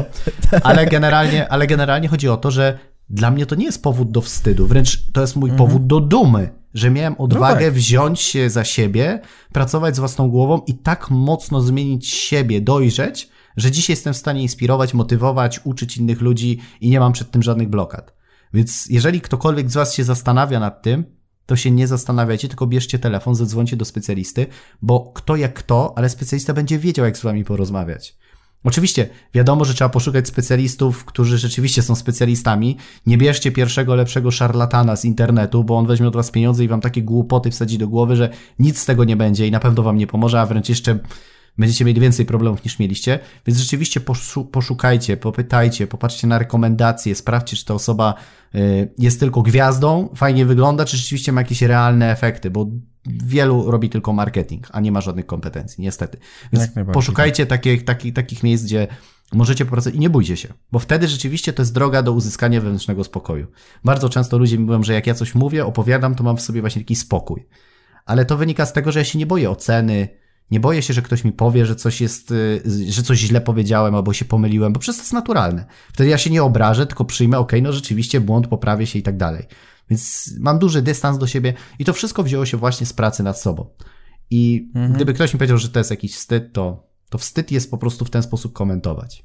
Ale generalnie chodzi o to, że dla mnie to nie jest powód do wstydu, wręcz to jest mój powód do dumy, że miałem odwagę wziąć się za siebie, pracować z własną głową i tak mocno zmienić siebie, dojrzeć, że dzisiaj jestem w stanie inspirować, motywować, uczyć innych ludzi i nie mam przed tym żadnych blokad. Więc jeżeli ktokolwiek z was się zastanawia nad tym, to się nie zastanawiajcie, tylko bierzcie telefon, zadzwońcie do specjalisty, bo kto jak kto, ale specjalista będzie wiedział, jak z wami porozmawiać. Oczywiście wiadomo, że trzeba poszukać specjalistów, którzy rzeczywiście są specjalistami. Nie bierzcie pierwszego lepszego szarlatana z internetu, bo on weźmie od was pieniądze i wam takie głupoty wsadzi do głowy, że nic z tego nie będzie i na pewno wam nie pomoże, a wręcz jeszcze będziecie mieli więcej problemów niż mieliście, więc rzeczywiście poszukajcie, popytajcie, popatrzcie na rekomendacje, sprawdźcie, czy ta osoba jest tylko gwiazdą, fajnie wygląda, czy rzeczywiście ma jakieś realne efekty, bo wielu robi tylko marketing, a nie ma żadnych kompetencji, niestety. Więc poszukajcie takich miejsc, gdzie możecie popracować i nie bójcie się, bo wtedy rzeczywiście to jest droga do uzyskania wewnętrznego spokoju. Bardzo często ludzie mi mówią, że jak ja coś mówię, opowiadam, to mam w sobie właśnie taki spokój. Ale to wynika z tego, że ja się nie boję oceny, nie boję się, że ktoś mi powie, że coś jest, że coś źle powiedziałem albo się pomyliłem, bo przecież to jest naturalne. Wtedy ja się nie obrażę, tylko przyjmę, okej, no rzeczywiście błąd, poprawię się i tak dalej. Więc mam duży dystans do siebie i to wszystko wzięło się właśnie z pracy nad sobą. I gdyby ktoś mi powiedział, że to jest jakiś wstyd, to wstyd jest po prostu w ten sposób komentować.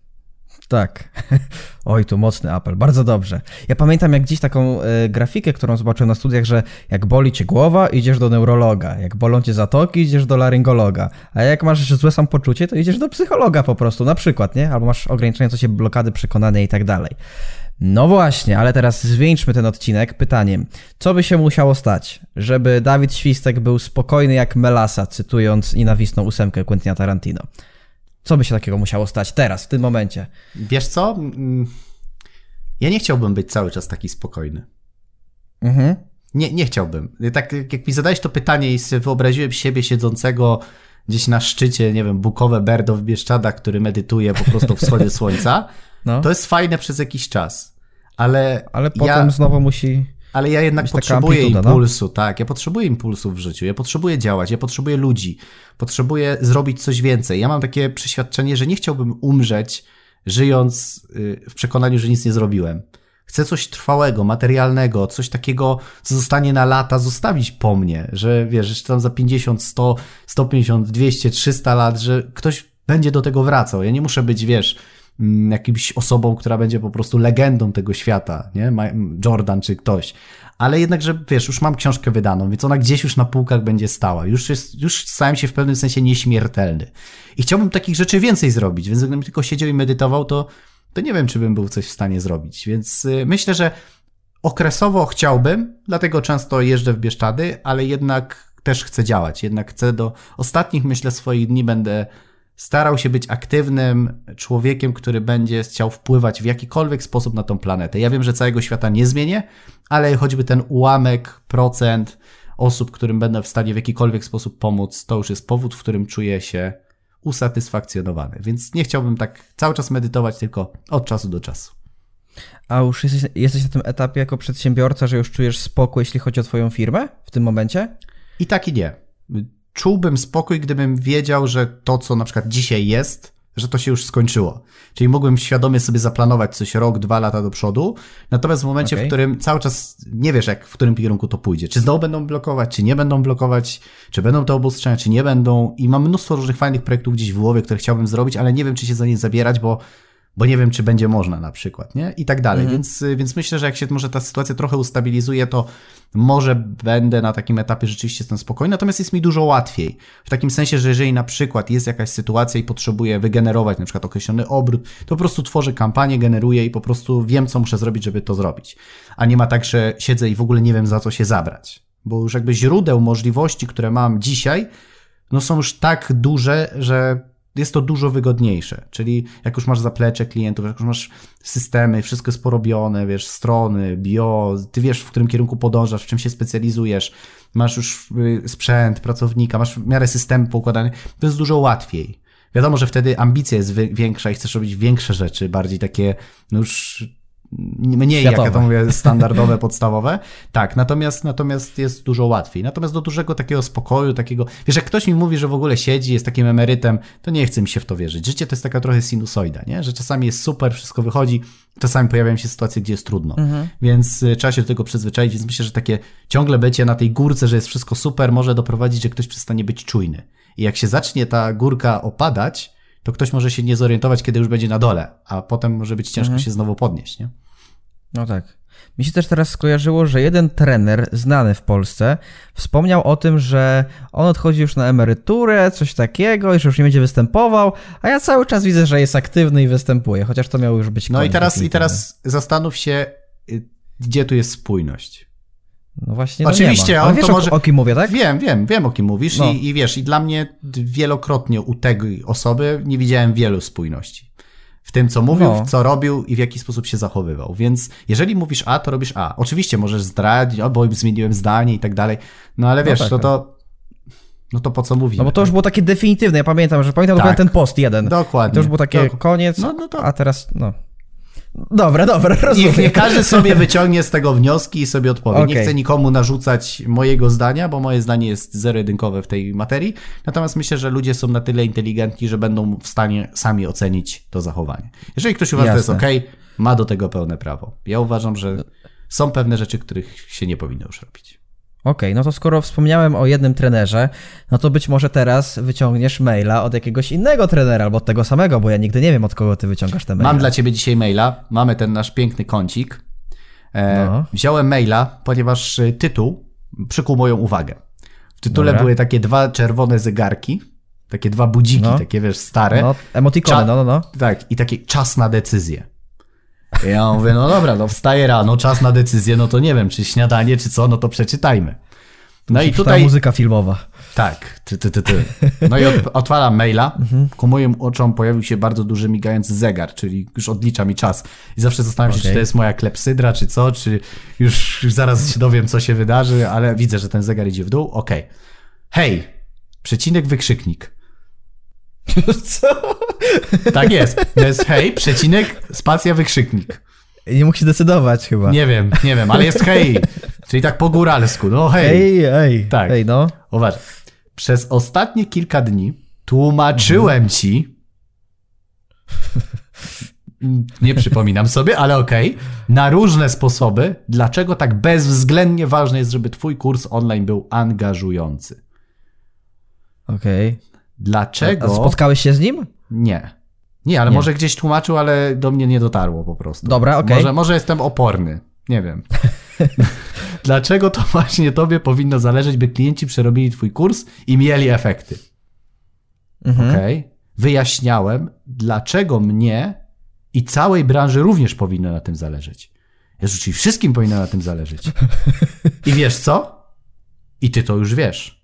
Tak. Oj, tu mocny apel. Bardzo dobrze. Ja pamiętam jak dziś taką grafikę, którą zobaczyłem na studiach, że jak boli cię głowa, idziesz do neurologa. Jak bolą cię zatoki, idziesz do laryngologa. A jak masz złe samopoczucie, to idziesz do psychologa po prostu, na przykład, nie? Albo masz ograniczające się blokady przekonane i tak dalej. No właśnie, ale teraz zwieńczmy ten odcinek pytaniem. Co by się musiało stać, żeby Dawid Świstek był spokojny jak melasa, cytując nienawistną 8 Quentina Tarantino? Co by się takiego musiało stać teraz, w tym momencie? Wiesz co? Ja nie chciałbym być cały czas taki spokojny. Nie chciałbym. Tak jak mi zadałeś to pytanie i sobie wyobraziłem siebie siedzącego gdzieś na szczycie, nie wiem, Bukowe Berdo w Bieszczadach, który medytuje po prostu o wschodzie słońca, to jest fajne przez jakiś czas. Ale potem znowu musi... Ale ja jednak potrzebuję impulsu, tak. Ja potrzebuję impulsu w życiu, ja potrzebuję działać, ja potrzebuję ludzi, potrzebuję zrobić coś więcej. Ja mam takie przeświadczenie, że nie chciałbym umrzeć, żyjąc w przekonaniu, że nic nie zrobiłem. Chcę coś trwałego, materialnego, coś takiego, co zostanie na lata, zostawić po mnie, że wiesz, że tam za 50, 100, 150, 200, 300 lat, że ktoś będzie do tego wracał. Ja nie muszę być, wiesz, jakimś osobą, która będzie po prostu legendą tego świata, nie? Jordan czy ktoś. Ale jednak, że wiesz, już mam książkę wydaną, więc ona gdzieś już na półkach będzie stała. Już stałem się w pewnym sensie nieśmiertelny. I chciałbym takich rzeczy więcej zrobić, więc gdybym tylko siedział i medytował, to nie wiem, czy bym był coś w stanie zrobić. Więc myślę, że okresowo chciałbym, dlatego często jeżdżę w Bieszczady, ale jednak też chcę działać. Jednak chcę do ostatnich, myślę, swoich dni będę starał się być aktywnym człowiekiem, który będzie chciał wpływać w jakikolwiek sposób na tą planetę. Ja wiem, że całego świata nie zmienię, ale choćby ten ułamek, procent osób, którym będę w stanie w jakikolwiek sposób pomóc, to już jest powód, w którym czuję się usatysfakcjonowany. Więc nie chciałbym tak cały czas medytować, tylko od czasu do czasu. A już jesteś na tym etapie jako przedsiębiorca, że już czujesz spokój, jeśli chodzi o twoją firmę w tym momencie? I tak i nie. Czułbym spokój, gdybym wiedział, że to, co na przykład dzisiaj jest, że to się już skończyło. Czyli mógłbym świadomie sobie zaplanować coś rok, 2 lata do przodu, natomiast w momencie, w którym cały czas nie wiesz, w którym kierunku to pójdzie. Czy znowu będą blokować, czy nie będą blokować, czy będą to obostrzenia, czy nie będą. I mam mnóstwo różnych fajnych projektów gdzieś w głowie, które chciałbym zrobić, ale nie wiem, czy się za nie zabierać, bo nie wiem, czy będzie można na przykład, nie? I tak dalej. Więc myślę, że jak się może ta sytuacja trochę ustabilizuje, to może będę na takim etapie rzeczywiście jestem spokojny, natomiast jest mi dużo łatwiej. W takim sensie, że jeżeli na przykład jest jakaś sytuacja i potrzebuję wygenerować na przykład określony obrót, to po prostu tworzę kampanię, generuję i po prostu wiem, co muszę zrobić, żeby to zrobić. A nie ma tak, że siedzę i w ogóle nie wiem, za co się zabrać. Bo już jakby źródeł możliwości, które mam dzisiaj, no są już tak duże, że jest to dużo wygodniejsze, czyli jak już masz zaplecze klientów, jak już masz systemy, wszystko jest porobione, wiesz, strony, bio, ty wiesz, w którym kierunku podążasz, w czym się specjalizujesz, masz już sprzęt, pracownika, masz w miarę systemy poukładane, to jest dużo łatwiej. Wiadomo, że wtedy ambicja jest większa i chcesz robić większe rzeczy, bardziej takie, no już mniej, światowe. Jak ja to mówię, standardowe, podstawowe. Tak, natomiast jest dużo łatwiej. Natomiast do dużego takiego spokoju, takiego... Wiesz, jak ktoś mi mówi, że w ogóle siedzi, jest takim emerytem, to nie chce mi się w to wierzyć. Życie to jest taka trochę sinusoida, nie? Że czasami jest super, wszystko wychodzi, czasami pojawiają się sytuacje, gdzie jest trudno. Więc trzeba się do tego przyzwyczaić, więc myślę, że takie ciągle bycie na tej górce, że jest wszystko super, może doprowadzić, że ktoś przestanie być czujny. I jak się zacznie ta górka opadać, to ktoś może się nie zorientować, kiedy już będzie na dole, a potem może być ciężko się znowu podnieść, nie? No tak. Mi się też teraz skojarzyło, że jeden trener znany w Polsce wspomniał o tym, że on odchodzi już na emeryturę, coś takiego, i że już nie będzie występował, a ja cały czas widzę, że jest aktywny i występuje, chociaż to miało już być koniec. No i teraz zastanów się, gdzie tu jest spójność. No właśnie, oczywiście, nie ma. Ale wiesz, o kim mówię, tak? Wiem, o kim mówisz. No. I wiesz, i dla mnie wielokrotnie u tej osoby nie widziałem wielu spójności. W tym, co mówił, co robił i w jaki sposób się zachowywał. Więc jeżeli mówisz A, to robisz A. Oczywiście możesz zdradzić, bo zmieniłem zdanie i tak dalej. No ale wiesz, tak, no to po co mówimy? No bo to już było takie definitywne. Ja pamiętam dokładnie ten post jeden. Dokładnie. To już było takie koniec, a teraz Dobra, rozumiem. Niech każdy sobie wyciągnie z tego wnioski i sobie odpowie. Okay. Nie chcę nikomu narzucać mojego zdania, bo moje zdanie jest zero-jedynkowe w tej materii. Natomiast myślę, że ludzie są na tyle inteligentni, że będą w stanie sami ocenić to zachowanie. Jeżeli ktoś uważa, że to jest okej, ma do tego pełne prawo. Ja uważam, że są pewne rzeczy, których się nie powinno już robić. Okej, no to skoro wspomniałem o jednym trenerze, no to być może teraz wyciągniesz maila od jakiegoś innego trenera albo od tego samego, bo ja nigdy nie wiem, od kogo ty wyciągasz te maile. Mam dla ciebie dzisiaj maila, mamy ten nasz piękny kącik. Wziąłem maila, ponieważ tytuł przykuł moją uwagę. W tytule były takie 2 czerwone zegarki, takie 2 budziki, takie wiesz, stare. No, emotikony, Tak, i taki czas na decyzję. Ja mówię, no dobra, wstaję rano, czas na decyzję, no to nie wiem, czy śniadanie, czy co, no to przeczytajmy. No i tutaj muzyka filmowa. Tak. No i otwaram maila. Ku moim oczom pojawił się bardzo duży migający zegar, czyli już odlicza mi czas. I zawsze zastanawiam się, czy to jest moja klepsydra, czy co, czy już zaraz się dowiem, co się wydarzy, ale widzę, że ten zegar idzie w dół. Okej. Hej, przecinek, wykrzyknik. Co? Tak jest. To jest hej, przecinek, spacja, wykrzyknik. Nie mógł się decydować chyba. Nie wiem, ale jest hej. Czyli tak po góralsku. No hej. Hej. Tak. Hej, no. Uważ. Przez ostatnie kilka dni tłumaczyłem ci, nie przypominam sobie, ale okej, na różne sposoby, dlaczego tak bezwzględnie ważne jest, żeby twój kurs online był angażujący. Okej. Dlaczego? A spotkałeś się z nim? Nie, ale może gdzieś tłumaczył, ale do mnie nie dotarło po prostu. Dobra, okej. Może jestem oporny, nie wiem. Dlaczego to właśnie tobie powinno zależeć, by klienci przerobili twój kurs i mieli efekty? Okej. Wyjaśniałem, dlaczego mnie i całej branży również powinno na tym zależeć. Jezu, czyli wszystkim powinno na tym zależeć. I wiesz co? I ty to już wiesz.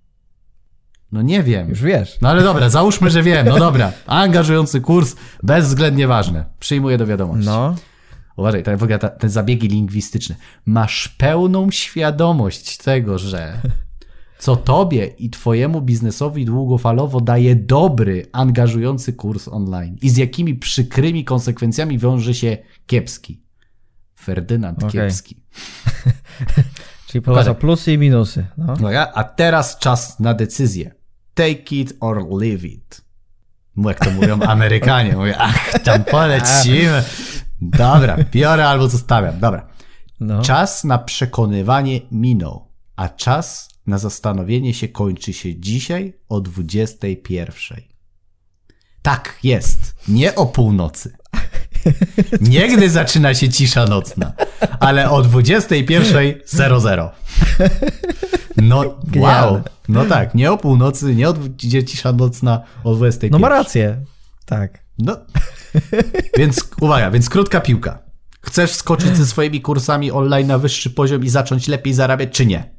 No nie wiem. Już wiesz. No ale dobra, załóżmy, że wiem. No dobra, angażujący kurs, bezwzględnie ważne. Przyjmuję do wiadomości. No. Uważaj, w ogóle te zabiegi lingwistyczne. Masz pełną świadomość tego, że co tobie i twojemu biznesowi długofalowo daje dobry, angażujący kurs online i z jakimi przykrymi konsekwencjami wiąże się kiepski. Ferdynand Kiepski. Czyli pokazał plusy i minusy. No. A teraz czas na decyzję. Take it or leave it. Jak to mówią Amerykanie. Mówię, tam polecimy. Dobra, biorę albo zostawiam. Dobra. No. Czas na przekonywanie minął, a czas na zastanowienie się kończy się dzisiaj o 21:00. Tak, jest. Nie o północy. Nie gdy zaczyna się cisza nocna, ale o 21:00. No, wow. No tak, nie o północy, nie idzie cisza nocna o 21:00. No ma rację. Tak. No. Więc uwaga, więc krótka piłka. Chcesz wskoczyć ze swoimi kursami online na wyższy poziom i zacząć lepiej zarabiać, czy nie?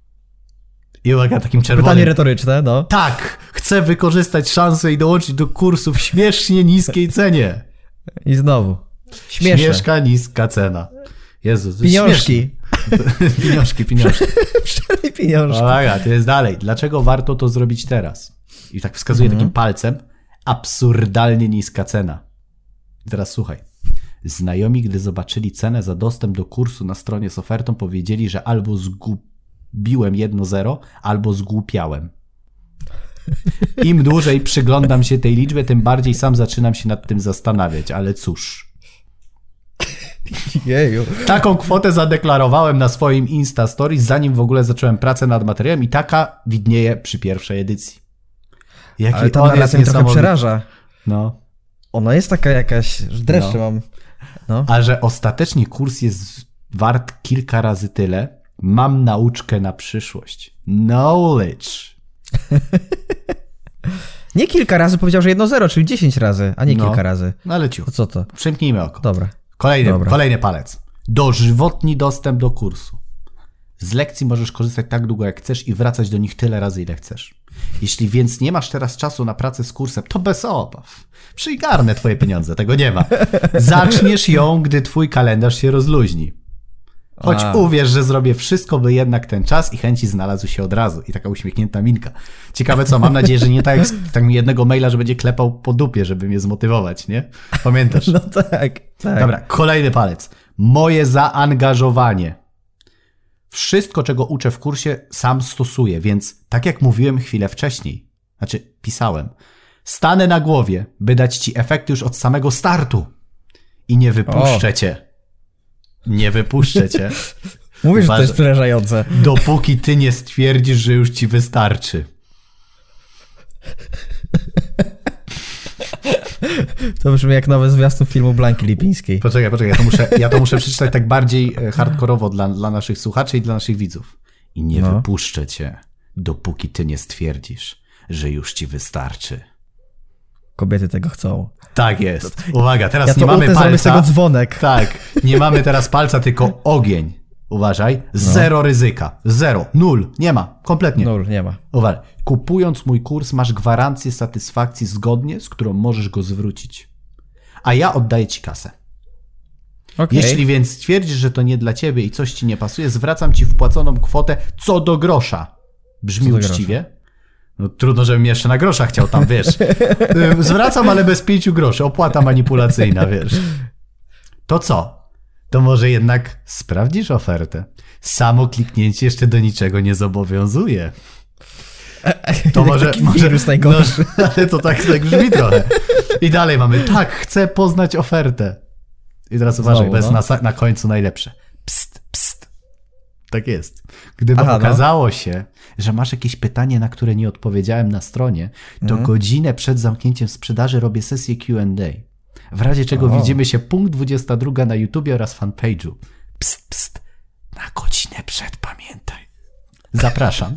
I uwaga, takim czerwonym. Pytanie retoryczne, no. Tak, chcę wykorzystać szansę i dołączyć do kursu w śmiesznie niskiej cenie. I znowu. Śmieszne. Śmieszka, niska cena. Jezu, to Pieniążki. Pieniążki. Przynajmniej pieniążki. Uwaga, to jest dalej. Dlaczego warto to zrobić teraz? I tak wskazuję takim palcem. Absurdalnie niska cena. I teraz słuchaj. Znajomi, gdy zobaczyli cenę za dostęp do kursu na stronie z ofertą, powiedzieli, że albo zgubiłem 1-0, albo zgłupiałem. Im dłużej przyglądam się tej liczbie, tym bardziej sam zaczynam się nad tym zastanawiać, ale cóż. Jeju. Taką kwotę zadeklarowałem na swoim Insta Stories, zanim w ogóle zacząłem pracę nad materiałem i taka widnieje przy pierwszej edycji. Jaki ale ta on narracja jest mnie trochę przeraża. No. Ona jest taka jakaś, że dreszcze mam. No. A że ostatecznie kurs jest wart kilka razy tyle, mam nauczkę na przyszłość. Knowledge. Nie kilka razy, powiedział, że 1-0, czyli 10 razy, a nie kilka razy. No ale ciu. To co to? Przymknijmy oko. Dobra. Kolejny palec. Dożywotni dostęp do kursu. Z lekcji możesz korzystać tak długo jak chcesz i wracać do nich tyle razy ile chcesz. Jeśli więc nie masz teraz czasu na pracę z kursem, to bez obaw. Przygarnę twoje pieniądze, tego nie ma. Zaczniesz ją, gdy twój kalendarz się rozluźni. Choć uwierz, że zrobię wszystko, by jednak ten czas i chęci znalazły się od razu. I taka uśmiechnięta minka. Ciekawe co, mam nadzieję, że nie tak mi jednego maila, że będzie klepał po dupie, żeby mnie zmotywować, nie? Pamiętasz? No tak. Dobra, kolejny palec. Moje zaangażowanie. Wszystko, czego uczę w kursie, sam stosuję, więc tak jak mówiłem chwilę wcześniej, pisałem, stanę na głowie, by dać ci efekty już od samego startu. I nie wypuszczę cię. Nie wypuszczę cię. Mówisz, że to jest przerażające. Dopóki ty nie stwierdzisz, że już ci wystarczy. To brzmi jak nowy zwiastun filmu Blanki Lipińskiej. Poczekaj, ja to muszę przeczytać tak bardziej hardkorowo dla naszych słuchaczy i dla naszych widzów. I nie wypuszczę cię, dopóki ty nie stwierdzisz, że już ci wystarczy. Kobiety tego chcą. Tak jest. Uwaga, teraz nie mamy palca. Z tego dzwonek. Tak, nie mamy teraz palca, tylko ogień. Uważaj, zero ryzyka. Zero, nul, nie ma, kompletnie. Nul, nie ma. Uważaj, kupując mój kurs masz gwarancję satysfakcji zgodnie, z którą możesz go zwrócić. A ja oddaję ci kasę. Okay. Jeśli więc stwierdzisz, że to nie dla ciebie i coś ci nie pasuje, zwracam ci wpłaconą kwotę co do grosza. Brzmi uczciwie? No trudno, żebym jeszcze na grosza chciał tam, wiesz. Zwracam, ale bez 5 groszy. Opłata manipulacyjna, wiesz. To co? To może jednak sprawdzisz ofertę? Samo kliknięcie jeszcze do niczego nie zobowiązuje. To może wirus najgorszy. No, ale to tak brzmi trochę. I dalej mamy, tak, chcę poznać ofertę. I teraz uważaj, bo jest na końcu najlepsze. Pst, pst. Tak jest. Gdyby okazało się, że masz jakieś pytanie, na które nie odpowiedziałem na stronie, to godzinę przed zamknięciem sprzedaży robię sesję Q&A. W razie czego widzimy się punkt 22 na YouTubie oraz fanpage'u. Pst, pst. Na godzinę przed, pamiętaj. Zapraszam.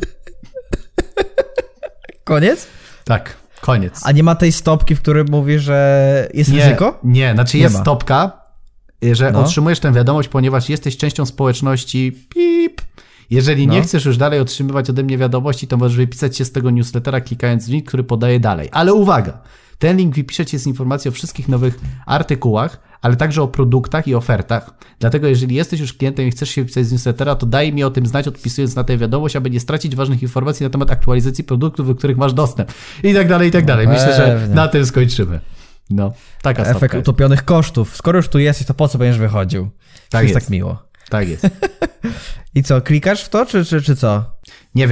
Koniec? Tak, koniec. A nie ma tej stopki, w której mówi, że jest ryzyko? Nie, znaczy jest stopka, że otrzymujesz tę wiadomość, ponieważ jesteś częścią społeczności PIP. Jeżeli nie chcesz już dalej otrzymywać ode mnie wiadomości, to możesz wypisać się z tego newslettera, klikając w link, który podaję dalej. Ale uwaga, ten link wypisze ci z informacją o wszystkich nowych artykułach, ale także o produktach i ofertach. Dlatego jeżeli jesteś już klientem i chcesz się wpisać z newslettera, to daj mi o tym znać, odpisując na tę wiadomość, aby nie stracić ważnych informacji na temat aktualizacji produktów, do których masz dostęp. I tak dalej, i tak dalej. Myślę, że na tym skończymy. No, taka stopka. Efekt utopionych kosztów. Skoro już tu jesteś, to po co będziesz wychodził? Tak jest. Tak miło. Tak jest. I co, klikasz w to, czy co? Nie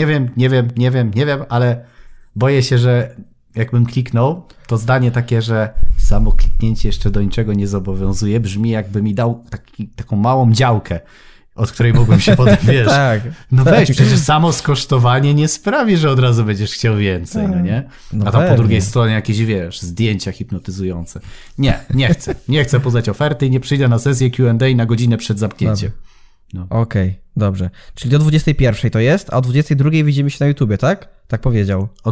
wiem, ale boję się, że jakbym kliknął, to zdanie takie, że samo kliknięcie jeszcze do niczego nie zobowiązuje, brzmi jakby mi dał taką małą działkę, od której mógłbym się potem, wiesz, tak, no weź, przecież samo skosztowanie nie sprawi, że od razu będziesz chciał więcej, no nie? A tam po drugiej stronie jakieś, wiesz, zdjęcia hipnotyzujące. Nie chcę poznać oferty i nie przyjdę na sesję Q&A na godzinę przed zamknięciem. No. Okej, dobrze. Czyli do 21 to jest, a o 22 widzimy się na YouTubie, tak? Tak powiedział. O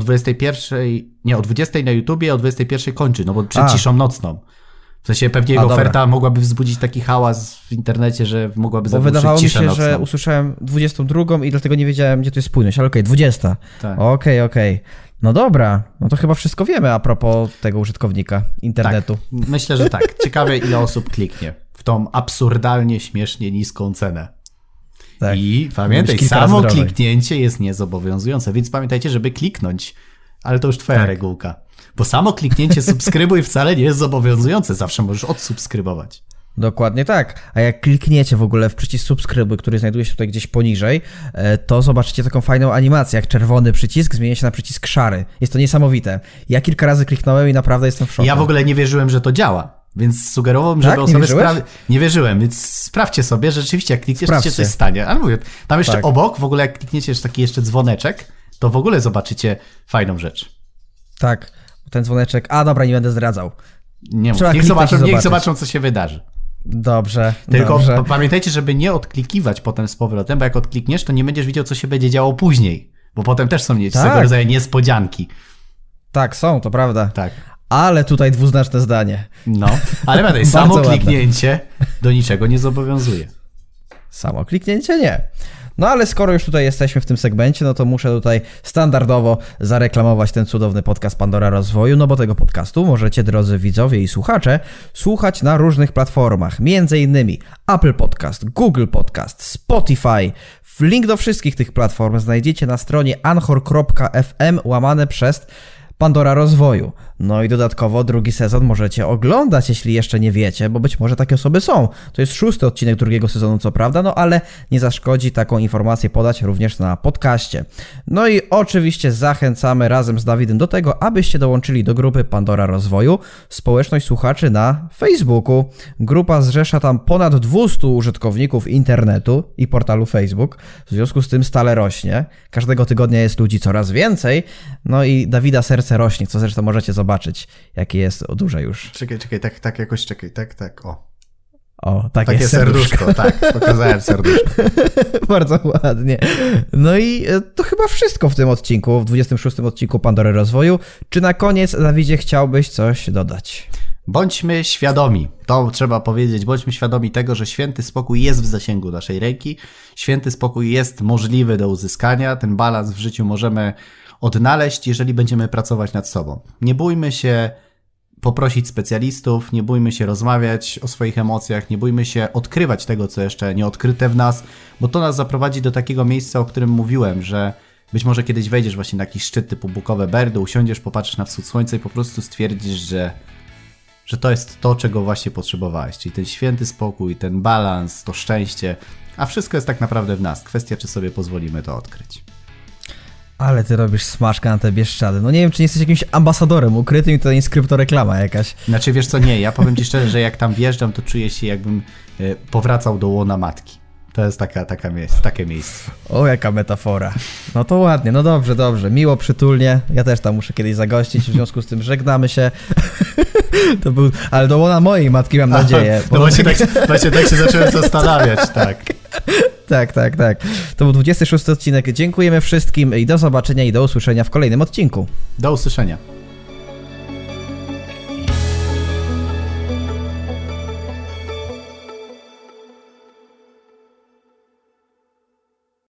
20 na YouTubie, a o 21 kończy, no bo przed ciszą nocną. W sensie pewnie jego oferta mogłaby wzbudzić taki hałas w internecie, że mogłaby zagłuszyć ciszę nocną. Wydawało mi się, że usłyszałem 22 i dlatego nie wiedziałem, gdzie to jest spójność, ale 20. Tak. Okej. No dobra, no to chyba wszystko wiemy a propos tego użytkownika internetu. Tak, myślę, że tak. Ciekawe, ile osób kliknie w tą absurdalnie, śmiesznie niską cenę. Tak. I pamiętaj, samo kliknięcie jest niezobowiązujące, więc pamiętajcie, żeby kliknąć, ale to już twoja regułka. Bo samo kliknięcie subskrybuj wcale nie jest zobowiązujące, zawsze możesz odsubskrybować. Dokładnie tak. A jak klikniecie w ogóle w przycisk subskrybuj, który znajduje się tutaj gdzieś poniżej, to zobaczycie taką fajną animację, jak czerwony przycisk zmienia się na przycisk szary. Jest to niesamowite. Ja kilka razy kliknąłem i naprawdę jestem w szoku. Ja w ogóle nie wierzyłem, że to działa, więc sugerowałem, żeby osoby Nie wierzyłem, więc sprawdźcie sobie, że rzeczywiście jak klikniesz, to się coś stanie. Ale mówię, tam jeszcze obok, w ogóle jak klikniecie taki jeszcze dzwoneczek, to w ogóle zobaczycie fajną rzecz. Tak, ten dzwoneczek. A dobra, nie będę zdradzał. Nie mów, niech zobaczą, co się wydarzy. Dobrze. Tylko pamiętajcie, żeby nie odklikiwać potem z powrotem, bo jak odklikniesz, to nie będziesz widział, co się będzie działo później. Bo potem też są tego rodzaju niespodzianki. Tak, są, to prawda. Tak. Ale tutaj dwuznaczne zdanie. No, ale pamiętaj, samo kliknięcie do niczego nie zobowiązuje. Samo kliknięcie nie. No ale skoro już tutaj jesteśmy w tym segmencie, no to muszę tutaj standardowo zareklamować ten cudowny podcast Pandora Rozwoju, no bo tego podcastu możecie, drodzy widzowie i słuchacze, słuchać na różnych platformach, między innymi Apple Podcast, Google Podcast, Spotify. Link do wszystkich tych platform znajdziecie na stronie anchor.fm/Pandora Rozwoju. No i dodatkowo drugi sezon możecie oglądać, jeśli jeszcze nie wiecie, bo być może takie osoby są. To jest 6. odcinek drugiego sezonu, co prawda, no ale nie zaszkodzi taką informację podać również na podcaście. No i oczywiście zachęcamy razem z Dawidem do tego, abyście dołączyli do grupy Pandora Rozwoju, społeczność słuchaczy na Facebooku. Grupa zrzesza tam ponad 200 użytkowników internetu i portalu Facebook. W związku z tym stale rośnie. Każdego tygodnia jest ludzi coraz więcej. No i Dawida serce rośnie, co zresztą możecie zobaczyć, jakie jest duże już. Czekaj, tak jakoś, o. O, takie serduszko, tak, pokazałem serduszko. Bardzo ładnie. No i to chyba wszystko w tym odcinku, w 26. odcinku Pandory Rozwoju. Czy na koniec, Dawidzie, chciałbyś coś dodać? Bądźmy świadomi, to trzeba powiedzieć, bądźmy świadomi tego, że święty spokój jest w zasięgu naszej ręki, święty spokój jest możliwy do uzyskania, ten balans w życiu możemy odnaleźć, jeżeli będziemy pracować nad sobą. Nie bójmy się poprosić specjalistów, nie bójmy się rozmawiać o swoich emocjach, nie bójmy się odkrywać tego, co jeszcze nie odkryte w nas, bo to nas zaprowadzi do takiego miejsca, o którym mówiłem, że być może kiedyś wejdziesz właśnie na jakiś szczyt typu Bukowe Berdy, usiądziesz, popatrzysz na wschód słońca i po prostu stwierdzisz, że to jest to, czego właśnie potrzebowałeś, czyli ten święty spokój, ten balans, to szczęście, a wszystko jest tak naprawdę w nas. Kwestia, czy sobie pozwolimy to odkryć. Ale ty robisz smaczka na te Bieszczady. No nie wiem, czy nie jesteś jakimś ambasadorem ukrytym i to nie jest kryptoreklama jakaś. Znaczy, wiesz co, nie, ja powiem ci szczerze, że jak tam wjeżdżam, to czuję się, jakbym powracał do łona matki. To jest takie miejsce. O, jaka metafora. No to ładnie, no dobrze. Miło, przytulnie. Ja też tam muszę kiedyś zagościć, w związku z tym żegnamy się. Ale do łona mojej matki, mam nadzieję. No właśnie tak się zacząłem zastanawiać, tak. Tak. To był 26 odcinek. Dziękujemy wszystkim i do zobaczenia i do usłyszenia w kolejnym odcinku. Do usłyszenia.